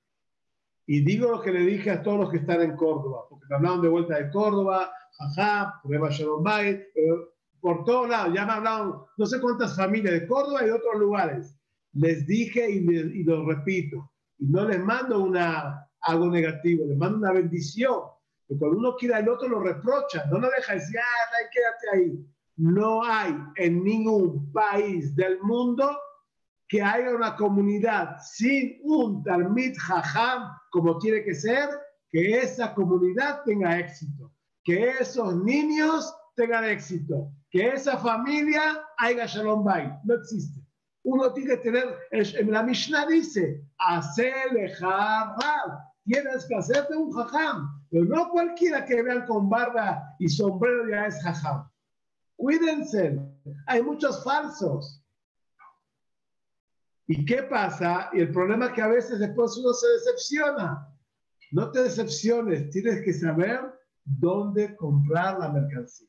Y digo lo que le dije a todos los que están en Córdoba, porque me hablaron de vuelta de Córdoba, jajam, problema Shalom Bayit, por todos lados. Ya me hablaron no sé cuántas familias de Córdoba y de otros lugares. Les dije y, les, y lo repito, y no les mando una, algo negativo, les mando una bendición. Porque cuando uno quiere al otro lo reprocha, no lo deja decir, ah, quédate ahí. No hay en ningún país del mundo que haya una comunidad sin un Talmid Jajam como tiene que ser, que esa comunidad tenga éxito, que esos niños tengan éxito, que esa familia haya Shalom Bayit. No existe. Uno tiene que tener, en la Mishnah dice, hacer lejar Rab. Tienes que hacerte un jajam, pero no cualquiera que vean con barba y sombrero ya es jajam. Cuídense, hay muchos falsos. ¿Y qué pasa? Y el problema es que a veces después uno se decepciona. No te decepciones, tienes que saber dónde comprar la mercancía.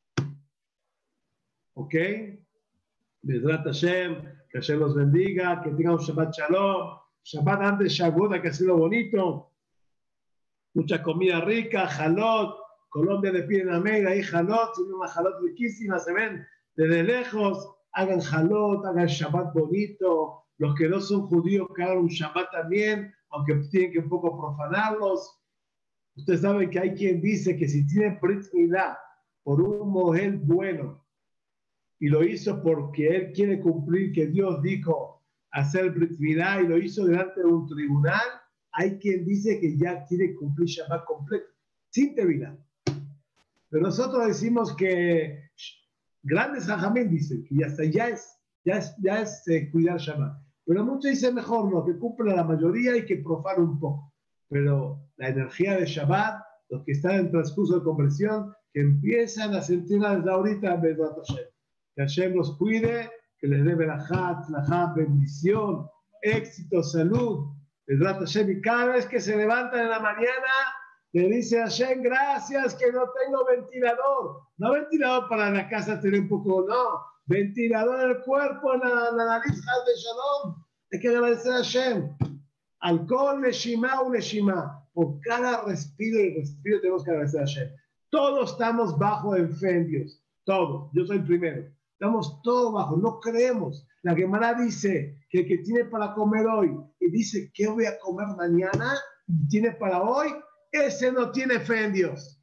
¿Ok? Bezrat Hashem, que Hashem los bendiga, que tengan un Shabbat Shalom. Shabbat antes de Shavuot, que ha sido bonito. Mucha comida rica, jalot. Colombia le piden a Meir, ahí jalot, tiene una jalot riquísima, se ven desde lejos. Hagan jalot, hagan Shabbat bonito. Los que no son judíos, que hagan un Shabbat también, aunque tienen que un poco profanarlos. Ustedes saben que hay quien dice que si tienen Brit Milá por un mohel bueno, y lo hizo porque él quiere cumplir que Dios dijo hacer Brit Milá y lo hizo delante de un tribunal, hay quien dice que ya quiere cumplir Shabbat completo, sin tevilá. Pero nosotros decimos que grandes Jajamín dicen que ya, está, ya es, ya es, ya es eh, cuidar Shabbat. Pero muchos dicen mejor no, que cumpla la mayoría y que profane un poco. Pero la energía de Shabbat, los que están en transcurso de conversión, que empiezan a sentir desde ahorita, que Hashem los cuide, que les dé verajá, tzlajá, bendición, éxito, salud. Y cada vez que se levantan en la mañana, le dice a Hashem, gracias que no tengo ventilador. No ventilador para la casa tener un poco, no. Ventilador en el cuerpo, en la, la nariz, de Shalom. Hay que agradecer a Hashem. Alcohol, neshima, un neshima. Por cada respiro y respiro tenemos que agradecer a Hashem. Todos estamos bajo en fe en Dios. Todos. Yo soy el primero. Estamos todos bajo. No creemos. La Gemara dice que el que tiene para comer hoy y dice que voy a comer mañana y tiene para hoy, ese no tiene fe en Dios.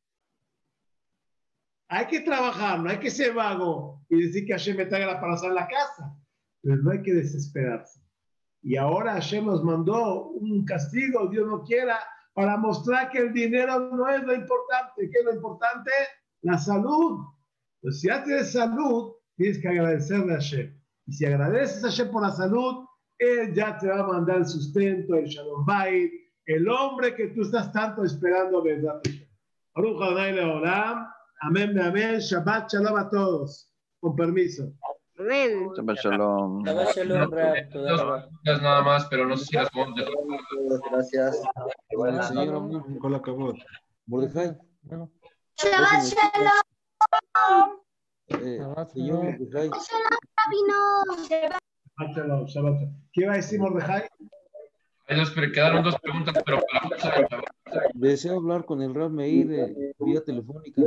Hay que trabajar, no hay que ser vago y decir que Hashem me traiga para hacer la casa. Pero no hay que desesperarse. Y ahora Hashem nos mandó un castigo, Dios no quiera, para mostrar que el dinero no es lo importante. ¿Qué es lo importante? La salud. Pues si ya tienes salud, tienes que agradecerle a Hashem. Y si agradeces a Hashem por la salud, Él ya te va a mandar el sustento, el Shalom Bayit, el hombre que tú estás tanto esperando, ¿verdad? Baruch Adonai Leolam. Amén, amén. Shabbat Shalom a todos. Con permiso. Amén. Shabbat Shalom. Shabbat Shalom, Rab. Dos nada más, pero no sé si las podemos dejar. Gracias. Bueno, señor Amón, con la cabot. Mordejai. Shabbat Shalom. Eh, señor Mordejai. Shabbat Shalom. Shabbat Shalom. ¿Qué iba a decir Mordejai? Hay dos, pero quedaron dos preguntas, pero para... Deseo hablar con el Rab Meir eh, vía telefónica.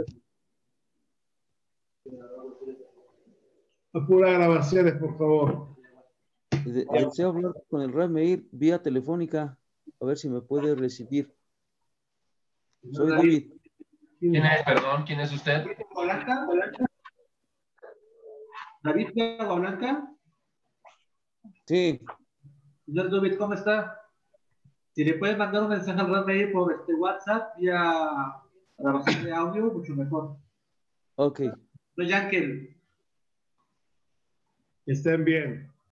Apura grabaciones, por favor. De, deseo hablar con el Rab Meir vía telefónica. A ver si me puede recibir. Soy David. ¿Quién es, perdón? ¿Quién es usted? ¿Blanca? ¿David Blanca? Sí. Señor David, ¿cómo está? Si le puedes mandar un mensaje al Rab Meir por este WhatsApp vía grabación de audio, mucho mejor. Ok. Soy Ángel. Estén bien.